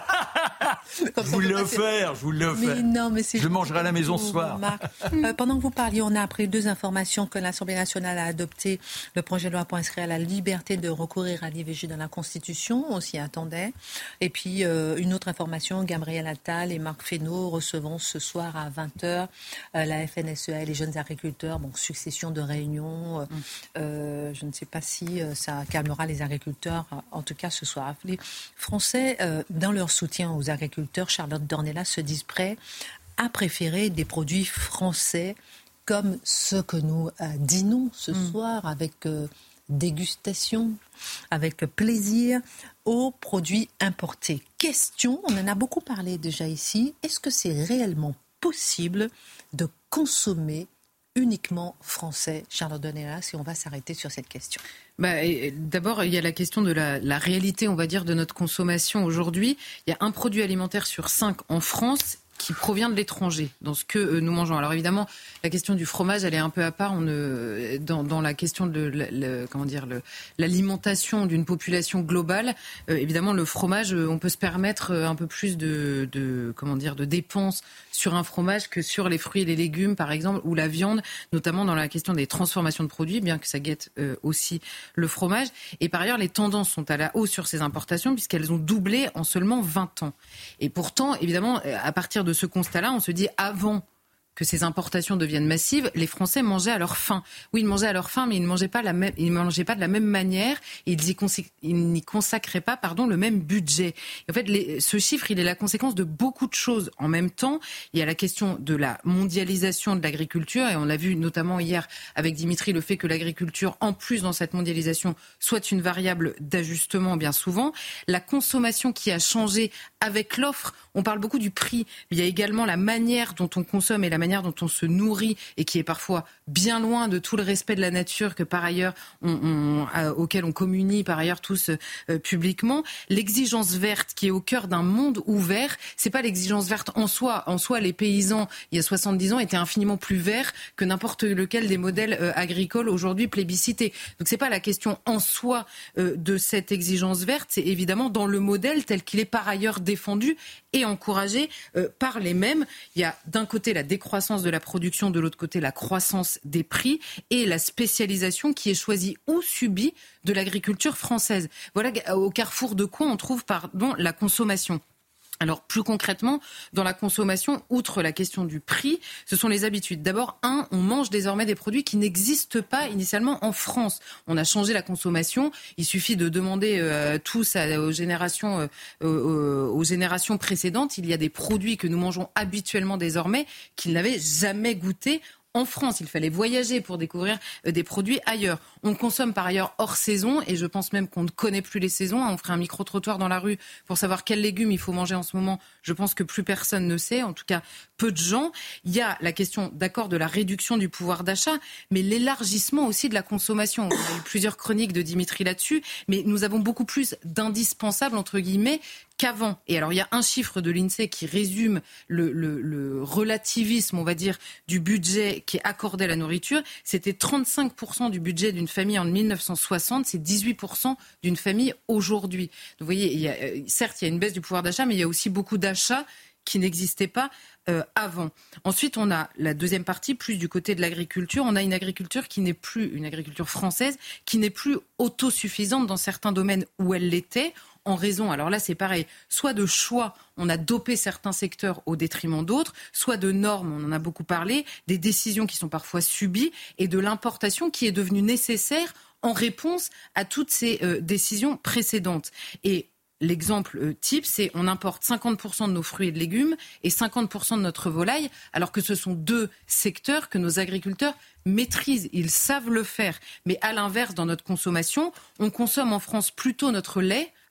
Je vous l'ai offert, je vous l'ai offert. Mais non, mais c'est je mangerai à la maison ce soir. euh, pendant que vous parliez, on a appris deux informations que l'Assemblée nationale a adopté le projet de loi pour inscrire la liberté de recourir à l'I V G dans la Constitution. On s'y attendait. Et puis, euh, une autre information, Gabriel Attal et Marc Fesneau recevront ce soir à vingt heures euh, la F N S E A et les jeunes agriculteurs. Donc, succession de réunions. Euh, euh, je ne sais pas si euh, ça calmera les agriculteurs, en tout cas ce soir. Les Français, euh, dans leur soutien aux agriculteurs, Charlotte Dornelas, se disent prêts à préférer des produits français comme ceux que nous euh, dînons ce mmh. soir avec euh, dégustation, avec plaisir, aux produits importés. Question, on en a beaucoup parlé déjà ici, est-ce que c'est réellement possible de consommer uniquement français, Charlotte Dornelas, et on va s'arrêter sur cette question. Bah, d'abord, il y a la question de la, la réalité, on va dire, de notre consommation aujourd'hui. Il y a un produit alimentaire sur cinq en France qui provient de l'étranger, dans ce que euh, nous mangeons. Alors évidemment, la question du fromage, elle est un peu à part. On ne, dans, dans la question de le, le, comment dire, le, l'alimentation d'une population globale, euh, évidemment, le fromage, euh, on peut se permettre euh, un peu plus de, de, comment dire, de dépenses sur un fromage que sur les fruits et les légumes, par exemple, ou la viande, notamment dans la question des transformations de produits, bien que ça guette euh, aussi le fromage. Et par ailleurs, les tendances sont à la hausse sur ces importations, puisqu'elles ont doublé en seulement vingt ans. Et pourtant, évidemment, à partir de ce constat-là, on se dit avant que ces importations deviennent massives, les Français mangeaient à leur faim. Oui, ils mangeaient à leur faim, mais ils ne mangeaient pas, la même, ils mangeaient pas de la même manière et ils, y consacraient, ils n'y consacraient pas pardon, le même budget. Et en fait, les, ce chiffre, il est la conséquence de beaucoup de choses en même temps. Il y a la question de la mondialisation de l'agriculture et on l'a vu notamment hier avec Dimitri, le fait que l'agriculture, en plus dans cette mondialisation, soit une variable d'ajustement bien souvent. La consommation qui a changé avec l'offre. On parle beaucoup du prix, mais il y a également la manière dont on consomme et la manière dont on se nourrit et qui est parfois bien loin de tout le respect de la nature que par ailleurs on, on, euh, auquel on communie par ailleurs tous euh, publiquement. L'exigence verte qui est au cœur d'un monde ouvert, c'est pas l'exigence verte en soi. En soi, les paysans il y a soixante-dix ans étaient infiniment plus verts que n'importe lequel des modèles euh, agricoles aujourd'hui plébiscités. Donc c'est pas la question en soi euh, de cette exigence verte, c'est évidemment dans le modèle tel qu'il est par ailleurs défendu et encouragé euh, par les mêmes. Il y a d'un côté la décroissance de la production, de l'autre côté la croissance des prix et la spécialisation qui est choisie ou subie de l'agriculture française. Voilà au carrefour de quoi on trouve pardon, la consommation. Alors plus concrètement, dans la consommation, outre la question du prix, ce sont les habitudes. D'abord, un, on mange désormais des produits qui n'existent pas initialement en France. On a changé la consommation. Il suffit de demander euh, tous à, aux générations, euh, euh, aux générations précédentes. Il y a des produits que nous mangeons habituellement désormais qu'ils n'avaient jamais goûté en France. Il fallait voyager pour découvrir des produits ailleurs. On consomme par ailleurs hors saison et je pense même qu'on ne connaît plus les saisons. On ferait un micro-trottoir dans la rue pour savoir quels légumes il faut manger en ce moment. Je pense que plus personne ne sait, en tout cas peu de gens. Il y a la question, d'accord, de la réduction du pouvoir d'achat, mais l'élargissement aussi de la consommation. On a eu plusieurs chroniques de Dimitri là-dessus, mais nous avons beaucoup plus d'indispensables, entre guillemets, qu'avant. Et alors, il y a un chiffre de l'INSEE qui résume le, le, le relativisme, on va dire, du budget qui est accordé à la nourriture. C'était trente-cinq pour cent du budget d'une famille en mille neuf cent soixante, c'est dix-huit pour cent d'une famille aujourd'hui. Vous voyez, il y a, certes, il y a une baisse du pouvoir d'achat, mais il y a aussi beaucoup d'achats qui n'existaient pas euh, avant. Ensuite, on a la deuxième partie, plus du côté de l'agriculture. On a une agriculture qui n'est plus, une agriculture française, qui n'est plus autosuffisante dans certains domaines où elle l'était, en raison, alors là c'est pareil, soit de choix, on a dopé certains secteurs au détriment d'autres, soit de normes, on en a beaucoup parlé, des décisions qui sont parfois subies, et de l'importation qui est devenue nécessaire en réponse à toutes ces euh, décisions précédentes. Et l'exemple euh, type, c'est on importe cinquante pour cent de nos fruits et de légumes et cinquante pour cent de notre volaille, alors que ce sont deux secteurs que nos agriculteurs maîtrisent, ils savent le faire. Mais à l'inverse, dans notre consommation, on consomme en France plutôt notre lait,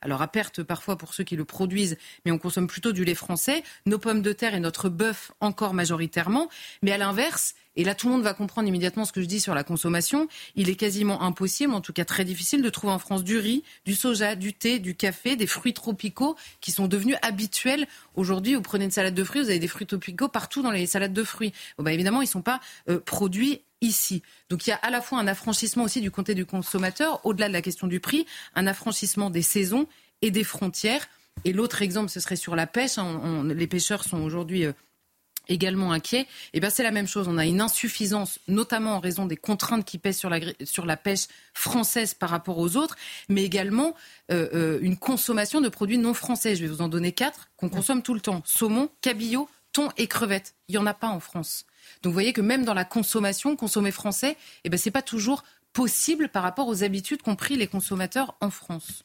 alors à perte parfois pour ceux qui le produisent, mais on consomme plutôt du lait français, nos pommes de terre et notre bœuf encore majoritairement. Mais à l'inverse, et là tout le monde va comprendre immédiatement ce que je dis sur la consommation, il est quasiment impossible, en tout cas très difficile, de trouver en France du riz, du soja, du thé, du café, des fruits tropicaux qui sont devenus habituels. Aujourd'hui, vous prenez une salade de fruits, vous avez des fruits tropicaux partout dans les salades de fruits. Bon, bah, évidemment, ils ne sont pas euh, produits ici. Donc il y a à la fois un affranchissement aussi du côté du consommateur, au-delà de la question du prix, un affranchissement des saisons et des frontières. Et l'autre exemple, ce serait sur la pêche. On, on, les pêcheurs sont aujourd'hui euh, également inquiets. Et bien c'est la même chose. On a une insuffisance, notamment en raison des contraintes qui pèsent sur la, sur la pêche française par rapport aux autres, mais également euh, euh, une consommation de produits non français. Je vais vous en donner quatre qu'on consomme tout le temps. Saumon, cabillaud, thon et crevettes. Il n'y en a pas en France. Donc vous voyez que même dans la consommation, consommer français, eh ben, ce n'est pas toujours possible par rapport aux habitudes qu'ont pris les consommateurs en France.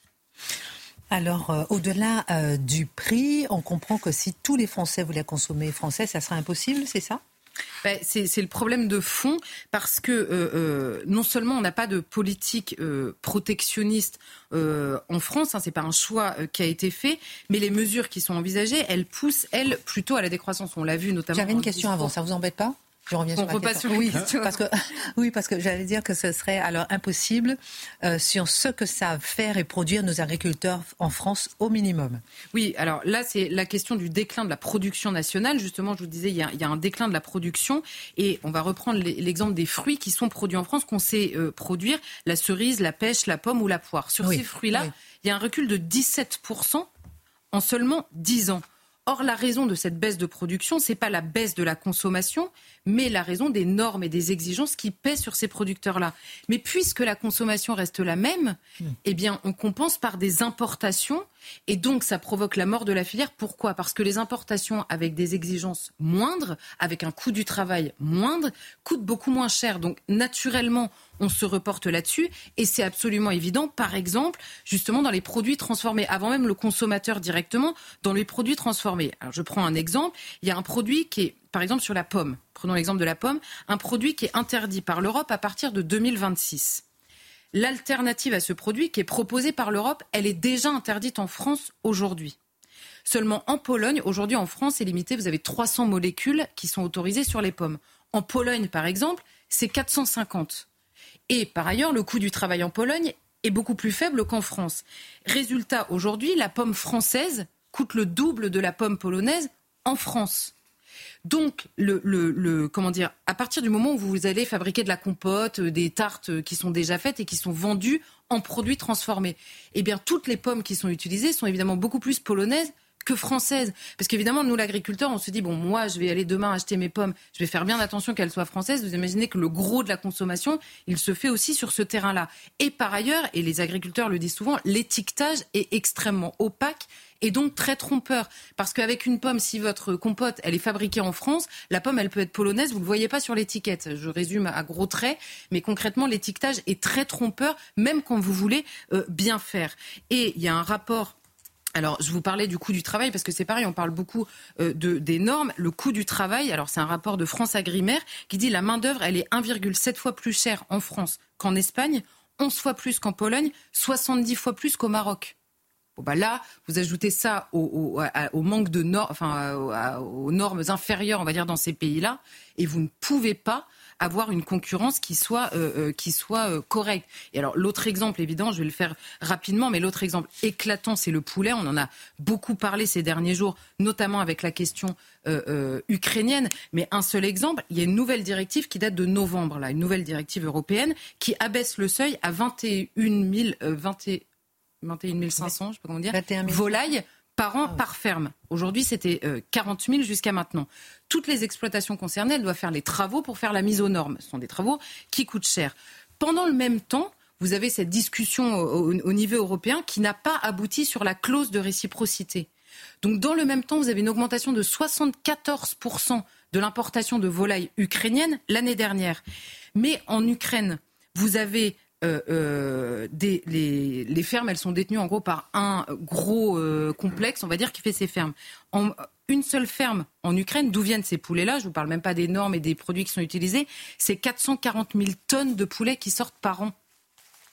Alors, euh, au-delà euh, du prix, on comprend que si tous les Français voulaient consommer français, ça serait impossible, c'est ça ? Ben, c'est, c'est le problème de fond parce que euh, euh, non seulement on n'a pas de politique euh, protectionniste euh, en France, hein, c'est pas un choix euh, qui a été fait, mais les mesures qui sont envisagées, elles poussent, elles, plutôt à la décroissance. On l'a vu notamment... J'avais une question avant, ça vous embête pas ? Je reviens sur on la question. Sur oui, question. Parce que, oui, parce que j'allais dire que ce serait alors impossible euh, sur ce que savent faire et produire nos agriculteurs en France au minimum. Oui, alors là, c'est la question du déclin de la production nationale. Justement, je vous disais, il y a, il y a un déclin de la production. Et on va reprendre l'exemple des fruits qui sont produits en France, qu'on sait euh, produire, la cerise, la pêche, la pomme ou la poire. Sur oui, ces fruits-là, oui. Il y a un recul de dix-sept pour cent en seulement dix ans. Or, la raison de cette baisse de production, ce n'est pas la baisse de la consommation, mais la raison des normes et des exigences qui pèsent sur ces producteurs-là. Mais puisque la consommation reste la même, mmh. eh bien, on compense par des importations et donc ça provoque la mort de la filière. Pourquoi ? Parce que les importations avec des exigences moindres, avec un coût du travail moindre, coûtent beaucoup moins cher. Donc, naturellement, on se reporte là-dessus et c'est absolument évident, par exemple, justement dans les produits transformés, avant même le consommateur directement, dans les produits transformés. Alors je prends un exemple, il y a un produit qui est, par exemple sur la pomme, prenons l'exemple de la pomme, un produit qui est interdit par l'Europe à partir de deux mille vingt-six. L'alternative à ce produit qui est proposée par l'Europe, elle est déjà interdite en France aujourd'hui. Seulement en Pologne, aujourd'hui en France, c'est limité, vous avez trois cents molécules qui sont autorisées sur les pommes. En Pologne, par exemple, c'est quatre cent cinquante. Et par ailleurs, le coût du travail en Pologne est beaucoup plus faible qu'en France. Résultat, aujourd'hui, la pomme française coûte le double de la pomme polonaise en France. Donc, le, le, le, comment dire, à partir du moment où vous allez fabriquer de la compote, des tartes qui sont déjà faites et qui sont vendues en produits transformés, eh bien, toutes les pommes qui sont utilisées sont évidemment beaucoup plus polonaises que françaises. Parce qu'évidemment, nous, l'agriculteur, on se dit, bon, moi, je vais aller demain acheter mes pommes, je vais faire bien attention qu'elles soient françaises. Vous imaginez que le gros de la consommation, il se fait aussi sur ce terrain-là. Et par ailleurs, et les agriculteurs le disent souvent, l'étiquetage est extrêmement opaque et donc très trompeur. Parce qu'avec une pomme, si votre compote, elle est fabriquée en France, la pomme, elle peut être polonaise, vous ne le voyez pas sur l'étiquette. Je résume à gros traits, mais concrètement, l'étiquetage est très trompeur, même quand vous voulez euh, bien faire. Et il y a un rapport... Alors, je vous parlais du coût du travail, parce que c'est pareil, on parle beaucoup euh, de, des normes. Le coût du travail, alors c'est un rapport de France Agrimaire qui dit la main-d'œuvre, elle est un virgule sept fois plus chère en France qu'en Espagne, onze fois plus qu'en Pologne, soixante-dix fois plus qu'au Maroc. Bon, bah là, vous ajoutez ça au, au, à, au manque de normes, enfin, à, aux normes inférieures, on va dire, dans ces pays-là, et vous ne pouvez pas avoir une concurrence qui soit, euh, qui soit euh, correcte. Et alors, l'autre exemple évident, je vais le faire rapidement, mais l'autre exemple éclatant, c'est le poulet. On en a beaucoup parlé ces derniers jours, notamment avec la question euh, euh, ukrainienne. Mais un seul exemple, il y a une nouvelle directive qui date de novembre, là, une nouvelle directive européenne qui abaisse le seuil à vingt et une mille, euh, vingt et un mille cinq cents, je sais pas comment dire, volailles par an, par ferme. Aujourd'hui, c'était euh, quarante mille jusqu'à maintenant. Toutes les exploitations concernées, elles doivent faire les travaux pour faire la mise aux normes. Ce sont des travaux qui coûtent cher. Pendant le même temps, vous avez cette discussion au, au, au niveau européen qui n'a pas abouti sur la clause de réciprocité. Donc, dans le même temps, vous avez une augmentation de soixante-quatorze pour cent de l'importation de volailles ukrainiennes l'année dernière. Mais en Ukraine, vous avez... Euh, euh, des, les, les fermes, elles sont détenues en gros par un gros euh, complexe, on va dire, qui fait ces fermes. En, une seule ferme en Ukraine, d'où viennent ces poulets-là, je ne vous parle même pas des normes et des produits qui sont utilisés, c'est quatre cent quarante mille tonnes de poulets qui sortent par an.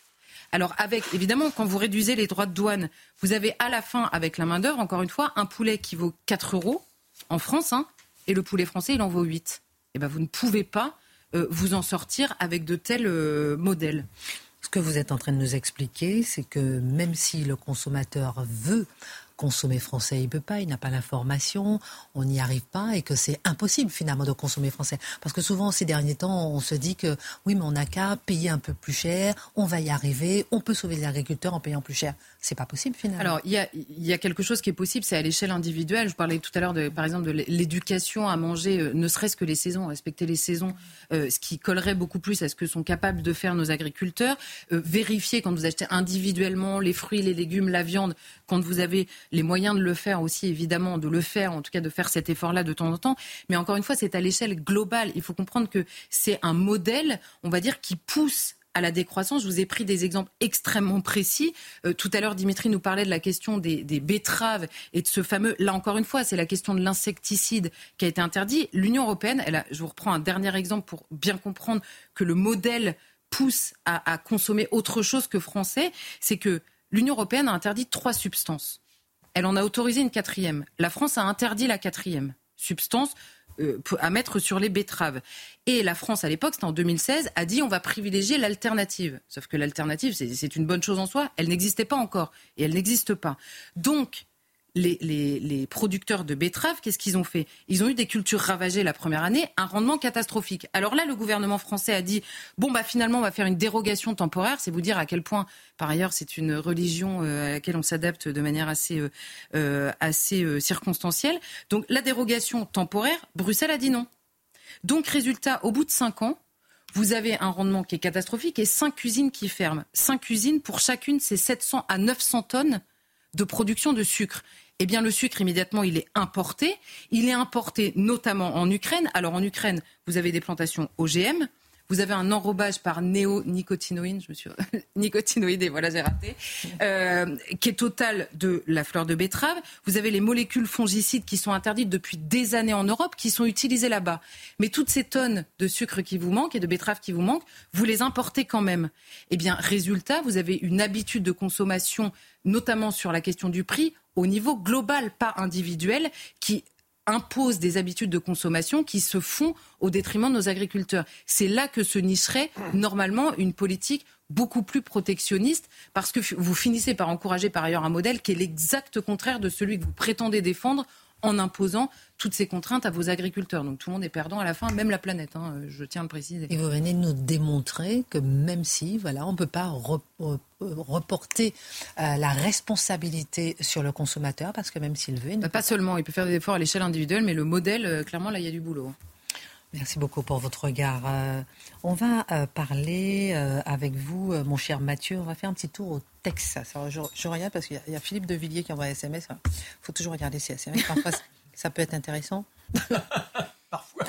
Alors, avec, évidemment, quand vous réduisez les droits de douane, vous avez à la fin, avec la main-d'œuvre, encore une fois, un poulet qui vaut quatre euros en France, hein, et le poulet français, il en vaut huit. Eh ben, vous ne pouvez pas euh, vous en sortir avec de tels euh, modèles. Ce que vous êtes en train de nous expliquer, c'est que même si le consommateur veut consommer français, il ne peut pas, il n'a pas l'information, on n'y arrive pas et que c'est impossible finalement de consommer français. Parce que souvent ces derniers temps, on se dit que oui, mais on n'a qu'à payer un peu plus cher, on va y arriver, on peut sauver les agriculteurs en payant plus cher. C'est pas possible finalement. Alors il y a, il y a quelque chose qui est possible, c'est à l'échelle individuelle. Je parlais tout à l'heure de, par exemple, de l'éducation à manger, euh, ne serait-ce que les saisons, respecter les saisons, euh, ce qui collerait beaucoup plus à ce que sont capables de faire nos agriculteurs. Euh, vérifier quand vous achetez individuellement les fruits, les légumes, la viande, quand vous avez les moyens de le faire aussi, évidemment, de le faire, en tout cas de faire cet effort-là de temps en temps. Mais encore une fois, c'est à l'échelle globale. Il faut comprendre que c'est un modèle, on va dire, qui pousse à la décroissance. Je vous ai pris des exemples extrêmement précis. Euh, tout à l'heure, Dimitri nous parlait de la question des, des betteraves et de ce fameux... Là, encore une fois, c'est la question de l'insecticide qui a été interdit. L'Union européenne, elle a, je vous reprends un dernier exemple pour bien comprendre que le modèle pousse à, à consommer autre chose que français, c'est que l'Union européenne a interdit trois substances. Elle en a autorisé une quatrième. La France a interdit la quatrième substance euh, à mettre sur les betteraves. Et la France, à l'époque, c'était en deux mille seize, a dit on va privilégier l'alternative. Sauf que l'alternative, c'est, c'est une bonne chose en soi. Elle n'existait pas encore. Et elle n'existe pas. Donc, les, les, les producteurs de betteraves, qu'est-ce qu'ils ont fait ? Ils ont eu des cultures ravagées la première année, un rendement catastrophique. Alors là, le gouvernement français a dit bon, bah finalement, on va faire une dérogation temporaire. C'est vous dire à quel point, par ailleurs, c'est une religion euh, à laquelle on s'adapte de manière assez, euh, euh, assez euh, circonstancielle. Donc la dérogation temporaire, Bruxelles a dit non. Donc résultat, au bout de cinq ans, vous avez un rendement qui est catastrophique et cinq usines qui ferment. Cinq usines, pour chacune, c'est sept cents à neuf cents tonnes de production de sucre. Eh bien, le sucre, immédiatement, il est importé. Il est importé notamment en Ukraine. Alors, en Ukraine, vous avez des plantations O G M. Vous avez un enrobage par néonicotinoïdes, je me suis nicotinoïdée, voilà, j'ai raté, euh, qui est total de la fleur de betterave. Vous avez les molécules fongicides qui sont interdites depuis des années en Europe, qui sont utilisées là-bas. Mais toutes ces tonnes de sucre qui vous manquent et de betterave qui vous manquent, vous les importez quand même. Eh bien, résultat, vous avez une habitude de consommation, notamment sur la question du prix, au niveau global, pas individuel, qui impose des habitudes de consommation qui se font au détriment de nos agriculteurs. C'est là que se nicherait normalement une politique beaucoup plus protectionniste, parce que vous finissez par encourager par ailleurs un modèle qui est l'exact contraire de celui que vous prétendez défendre en imposant toutes ces contraintes à vos agriculteurs. Donc tout le monde est perdant à la fin, même la planète, hein, je tiens à le préciser. Et vous venez de nous démontrer que même si, voilà, on ne peut pas re- re- reporter euh, la responsabilité sur le consommateur, parce que même s'il veut... Il bah, pas seulement, il peut faire des efforts à l'échelle individuelle, mais le modèle, euh, clairement, là, il y a du boulot. Merci beaucoup pour votre regard. Euh, on va euh, parler euh, avec vous, euh, mon cher Mathieu. On va faire un petit tour au Texas. Alors, je, je regarde parce qu'il y a, il y a Philippe de Villiers qui envoie un S M S. Il faut toujours regarder ces S M S. Parfois, ça peut être intéressant. Parfois.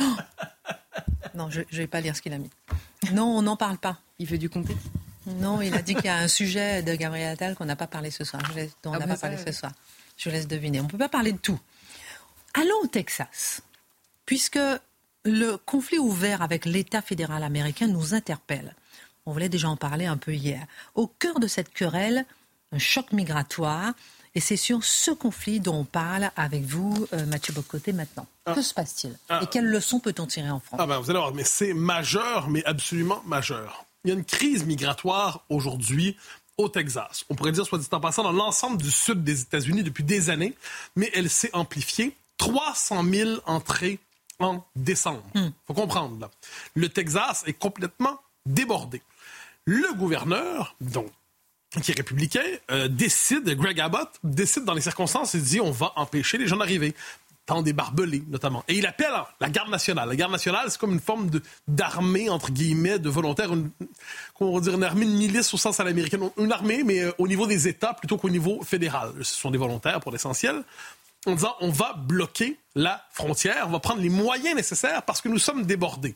Non, je ne vais pas lire ce qu'il a mis. Non, on n'en parle pas. Il fait du contexte. Non, il a dit qu'il y a un sujet de Gabriel Attal qu'on n'a pas parlé ce soir. Je laisse, dont on n'a ah, pas ça, parlé ouais. ce soir. Je vous laisse deviner. On ne peut pas parler de tout. Allons au Texas, puisque le conflit ouvert avec l'État fédéral américain nous interpelle. On voulait déjà en parler un peu hier. Au cœur de cette querelle, un choc migratoire. Et c'est sur ce conflit dont on parle avec vous, euh, Mathieu Bock-Côté, maintenant. Ah. Que se passe-t-il ah. Et quelles leçons peut-on tirer en France? Ah ben, vous allez voir, mais c'est majeur, mais absolument majeur. Il y a une crise migratoire aujourd'hui au Texas. On pourrait dire, soit dit en passant, dans l'ensemble du sud des États-Unis depuis des années, mais elle s'est amplifiée. trois cent mille entrées en décembre. Il mm. faut comprendre, là. Le Texas est complètement débordé. Le gouverneur, donc, qui est républicain, euh, décide, Greg Abbott, décide dans les circonstances, il dit on va empêcher les gens d'arriver. Tant des barbelés, notamment. Et il appelle hein, la garde nationale. La garde nationale, c'est comme une forme de, d'armée, entre guillemets, de volontaires, une, comment on va dire, une armée, une milice au sens à l'américaine. Une armée, mais euh, au niveau des États plutôt qu'au niveau fédéral. Ce sont des volontaires pour l'essentiel. En disant, on va bloquer la frontière, on va prendre les moyens nécessaires parce que nous sommes débordés.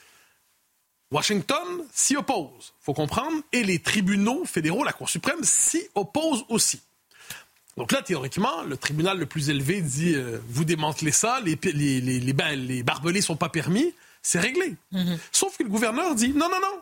Washington s'y oppose, il faut comprendre, et les tribunaux fédéraux, la Cour suprême, s'y opposent aussi. Donc là, théoriquement, le tribunal le plus élevé dit euh, vous démantelez ça, les, les, les, les, les barbelés ne sont pas permis, c'est réglé. Mm-hmm. Sauf que le gouverneur dit non, non, non,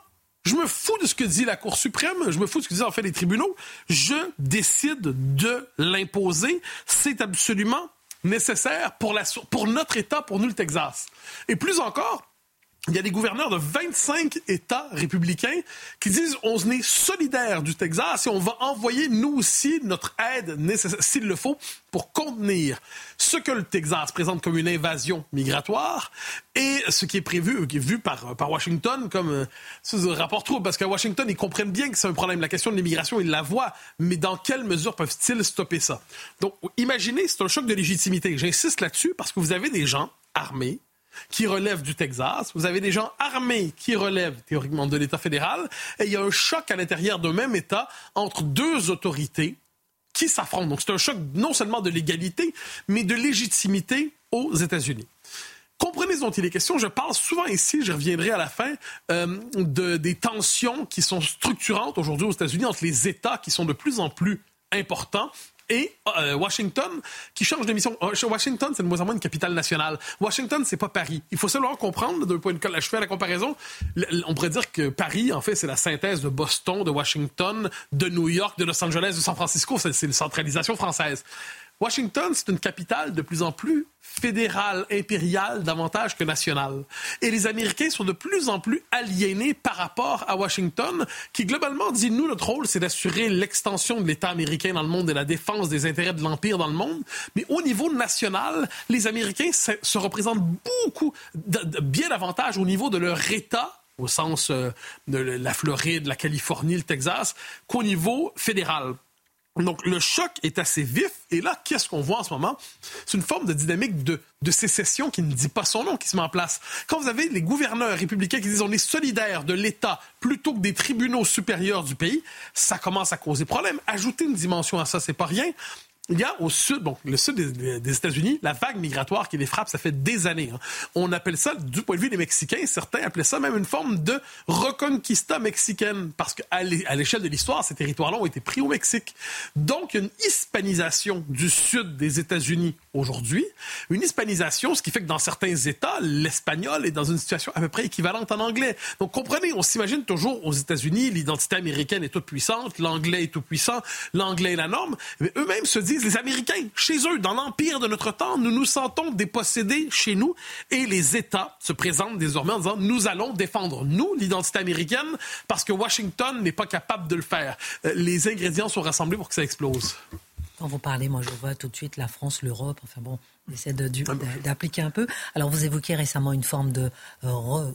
Je me fous de ce que dit la Cour suprême, je me fous de ce que disent en fait les tribunaux. Je décide de l'imposer. C'est absolument nécessaire pour, la, pour notre État, pour nous, le Texas. Et plus encore, il y a des gouverneurs de vingt-cinq États républicains qui disent on est solidaire du Texas et on va envoyer nous aussi notre aide nécessaire, s'il le faut, pour contenir ce que le Texas présente comme une invasion migratoire et ce qui est prévu, qui est vu par, par Washington comme euh, ce rapport trouble. Parce qu'à Washington, ils comprennent bien que c'est un problème. La question de l'immigration, ils la voient. Mais dans quelle mesure peuvent-ils stopper ça? Donc, imaginez, c'est un choc de légitimité. J'insiste là-dessus parce que vous avez des gens armés qui relèvent du Texas. Vous avez des gens armés qui relèvent théoriquement de l'État fédéral. Et il y a un choc à l'intérieur d'un même État entre deux autorités qui s'affrontent. Donc c'est un choc non seulement de légalité, mais de légitimité aux États-Unis. Comprenez ce dont il est question. Je parle souvent ici, je reviendrai à la fin, euh, de, des tensions qui sont structurantes aujourd'hui aux États-Unis entre les États qui sont de plus en plus importants et euh, Washington, qui change de mission. Washington, c'est de moins en moins une capitale nationale. Washington, c'est pas Paris. Il faut simplement comprendre, d'un point de vue, je fais la comparaison, on pourrait dire que Paris, en fait, c'est la synthèse de Boston, de Washington, de New York, de Los Angeles, de San Francisco. C'est, c'est une centralisation française. Washington, c'est une capitale de plus en plus fédérale, impériale, davantage que nationale. Et les Américains sont de plus en plus aliénés par rapport à Washington, qui globalement dit, nous, notre rôle, c'est d'assurer l'extension de l'État américain dans le monde et la défense des intérêts de l'Empire dans le monde. Mais au niveau national, les Américains se, se représentent beaucoup, de, de, bien davantage au niveau de leur État, au sens euh, de la Floride, la Californie, le Texas, qu'au niveau fédéral. Donc, le choc est assez vif. Et là, qu'est-ce qu'on voit en ce moment? C'est une forme de dynamique de, de sécession qui ne dit pas son nom, qui se met en place. Quand vous avez les gouverneurs républicains qui disent on est solidaire de l'État plutôt que des tribunaux supérieurs du pays, ça commence à causer problème. Ajouter une dimension à ça, c'est pas rien. Il y a au sud, bon, le sud des, des États-Unis, la vague migratoire qui les frappe, ça fait des années. Hein. On appelle ça, du point de vue des Mexicains, certains appelaient ça même une forme de reconquista mexicaine, parce qu'à l'échelle de l'histoire, ces territoires-là ont été pris au Mexique. Donc, il y a une hispanisation du sud des États-Unis aujourd'hui, une hispanisation, ce qui fait que dans certains États, l'espagnol est dans une situation à peu près équivalente en anglais. Donc, comprenez, on s'imagine toujours aux États-Unis, l'identité américaine est toute puissante, l'anglais est tout puissant, l'anglais est la norme, mais eux-mêmes se disent les Américains, chez eux, dans l'Empire de notre temps, nous nous sentons dépossédés chez nous et les États se présentent désormais en disant nous allons défendre, nous, l'identité américaine, parce que Washington n'est pas capable de le faire. Euh, les ingrédients sont rassemblés pour que ça explose. Quand vous parlez, moi je vois tout de suite la France, l'Europe, enfin bon, on essaie de, de, d'appliquer un peu. Alors vous évoquiez récemment une forme de euh,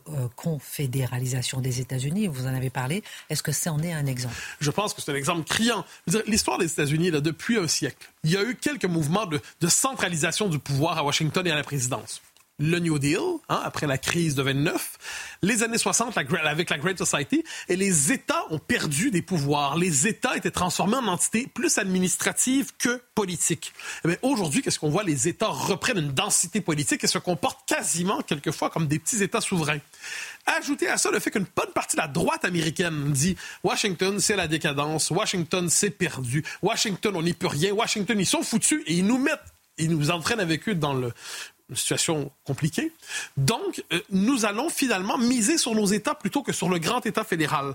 reconfédéralisation des États-Unis, vous en avez parlé. Est-ce que ça en est un exemple? Je pense que c'est un exemple criant. Je veux dire, l'histoire des États-Unis, là, depuis un siècle, il y a eu quelques mouvements de, de centralisation du pouvoir à Washington et à la présidence. Le New Deal, hein, après la crise de vingt-neuf, les années soixante la, avec la Great Society, et les États ont perdu des pouvoirs. Les États étaient transformés en entités plus administratives que politiques. Eh bien, aujourd'hui, qu'est-ce qu'on voit? Les États reprennent une densité politique et se comportent quasiment, quelquefois, comme des petits États souverains. Ajoutez à ça le fait qu'une bonne partie de la droite américaine dit Washington, c'est la décadence, Washington, c'est perdu, Washington, on n'y peut rien, Washington, ils sont foutus, et ils nous mettent, ils nous entraînent avec eux dans le... une situation compliquée. Donc, euh, nous allons finalement miser sur nos États plutôt que sur le grand État fédéral.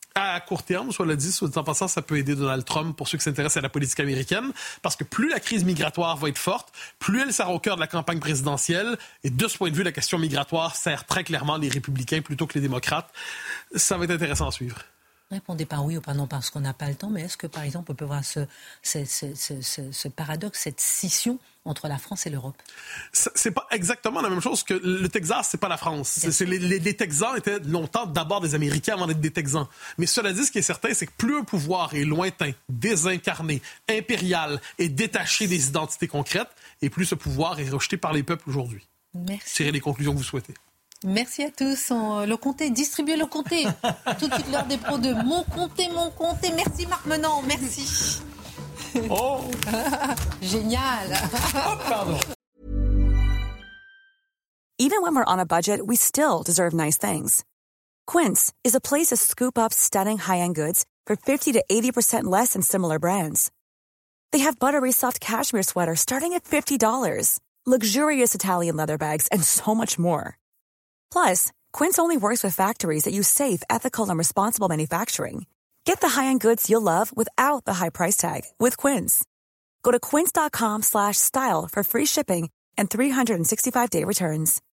À court terme, soit le dit, soit en passant, ça peut aider Donald Trump pour ceux qui s'intéressent à la politique américaine, parce que plus la crise migratoire va être forte, plus elle sera au cœur de la campagne présidentielle, et de ce point de vue, la question migratoire sert très clairement les républicains plutôt que les démocrates. Ça va être intéressant à suivre. Répondez par oui ou par non parce qu'on n'a pas le temps, mais est-ce que, par exemple, on peut voir ce, ce, ce, ce, ce, ce paradoxe, cette scission entre la France et l'Europe? C'est pas exactement la même chose que le Texas, c'est pas la France. C'est, c'est les, les, les Texans étaient longtemps d'abord des Américains avant d'être des Texans. Mais cela dit, ce qui est certain, c'est que plus un pouvoir est lointain, désincarné, impérial et détaché des identités concrètes, et plus ce pouvoir est rejeté par les peuples aujourd'hui. Merci. Tirez les conclusions que vous souhaitez. Merci à tous. On, le comté, distribuez le comté. Tout de suite l'heure des pros de Mon Comté, Mon Comté. Merci Marc Menant, merci. Oh génial. Oh, pardon. Even when we're on a budget, we still deserve nice things. Quince is a place to scoop up stunning high-end goods for fifty to eighty percent less than similar brands. They have buttery soft cashmere sweaters starting at fifty dollars, luxurious Italian leather bags, and so much more. Plus, Quince only works with factories that use safe, ethical, and responsible manufacturing. Get the high-end goods you'll love without the high price tag with Quince. Go to quince.com slash style for free shipping and three sixty-five day returns.